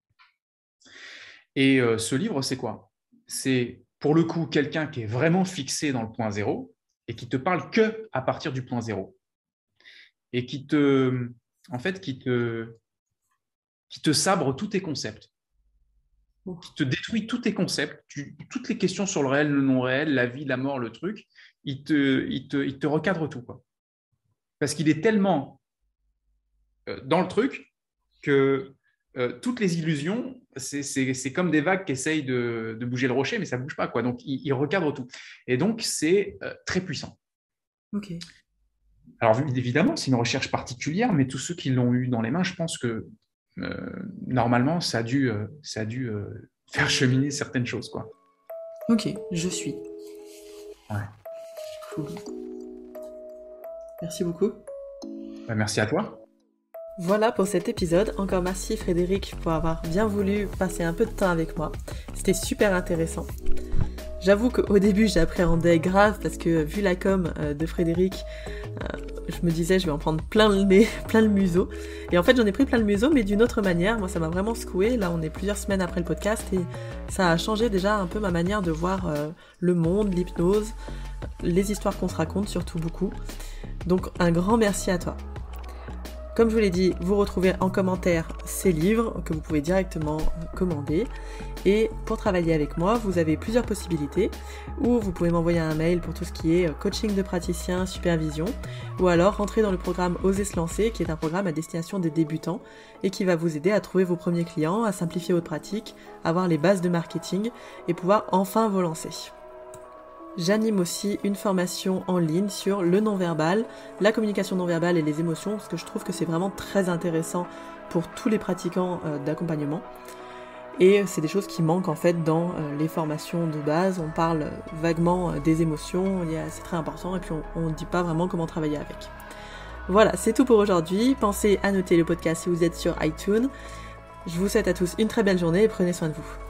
Speaker 1: Et ce livre, c'est quoi? C'est pour le coup quelqu'un qui est vraiment fixé dans le point zéro et qui te parle que à partir du point zéro et qui te sabre tous tes concepts, qui te détruit tous tes concepts, toutes les questions sur le réel, le non réel, la vie, la mort, le truc, il te recadre tout, quoi. Parce qu'il est tellement dans le truc que toutes les illusions, c'est comme des vagues qui essayent de bouger le rocher, mais ça ne bouge pas, quoi. Donc, il recadre tout. Et donc, c'est très puissant.
Speaker 2: Ok.
Speaker 1: Alors, évidemment, c'est une recherche particulière, mais tous ceux qui l'ont eu dans les mains, je pense que normalement, ça a dû faire cheminer certaines choses, quoi.
Speaker 2: Ok, je suis.
Speaker 1: Ouais.
Speaker 2: Cool. Merci beaucoup.
Speaker 1: Merci à toi.
Speaker 2: Voilà pour cet épisode. Encore merci Frédéric pour avoir bien voulu passer un peu de temps avec moi. C'était super intéressant. J'avoue qu'au début j'appréhendais grave parce que vu la com de Frédéric, je me disais je vais en prendre plein le nez, plein le museau. Et en fait j'en ai pris plein le museau mais d'une autre manière. Moi ça m'a vraiment secoué. Là on est plusieurs semaines après le podcast et ça a changé déjà un peu ma manière de voir le monde, l'hypnose, les histoires qu'on se raconte surtout beaucoup. Donc un grand merci à toi. Comme je vous l'ai dit, vous retrouvez en commentaire ces livres que vous pouvez directement commander. Et pour travailler avec moi, vous avez plusieurs possibilités. Ou vous pouvez m'envoyer un mail pour tout ce qui est coaching de praticien, supervision. Ou alors rentrer dans le programme Oser se lancer, qui est un programme à destination des débutants et qui va vous aider à trouver vos premiers clients, à simplifier votre pratique, avoir les bases de marketing et pouvoir enfin vous lancer. J'anime aussi une formation en ligne sur le non-verbal, la communication non-verbale et les émotions, parce que je trouve que c'est vraiment très intéressant pour tous les pratiquants d'accompagnement. Et c'est des choses qui manquent en fait dans les formations de base. On parle vaguement des émotions, c'est très important, et puis on ne dit pas vraiment comment travailler avec. Voilà, c'est tout pour aujourd'hui. Pensez à noter le podcast si vous êtes sur iTunes. Je vous souhaite à tous une très belle journée et prenez soin de vous.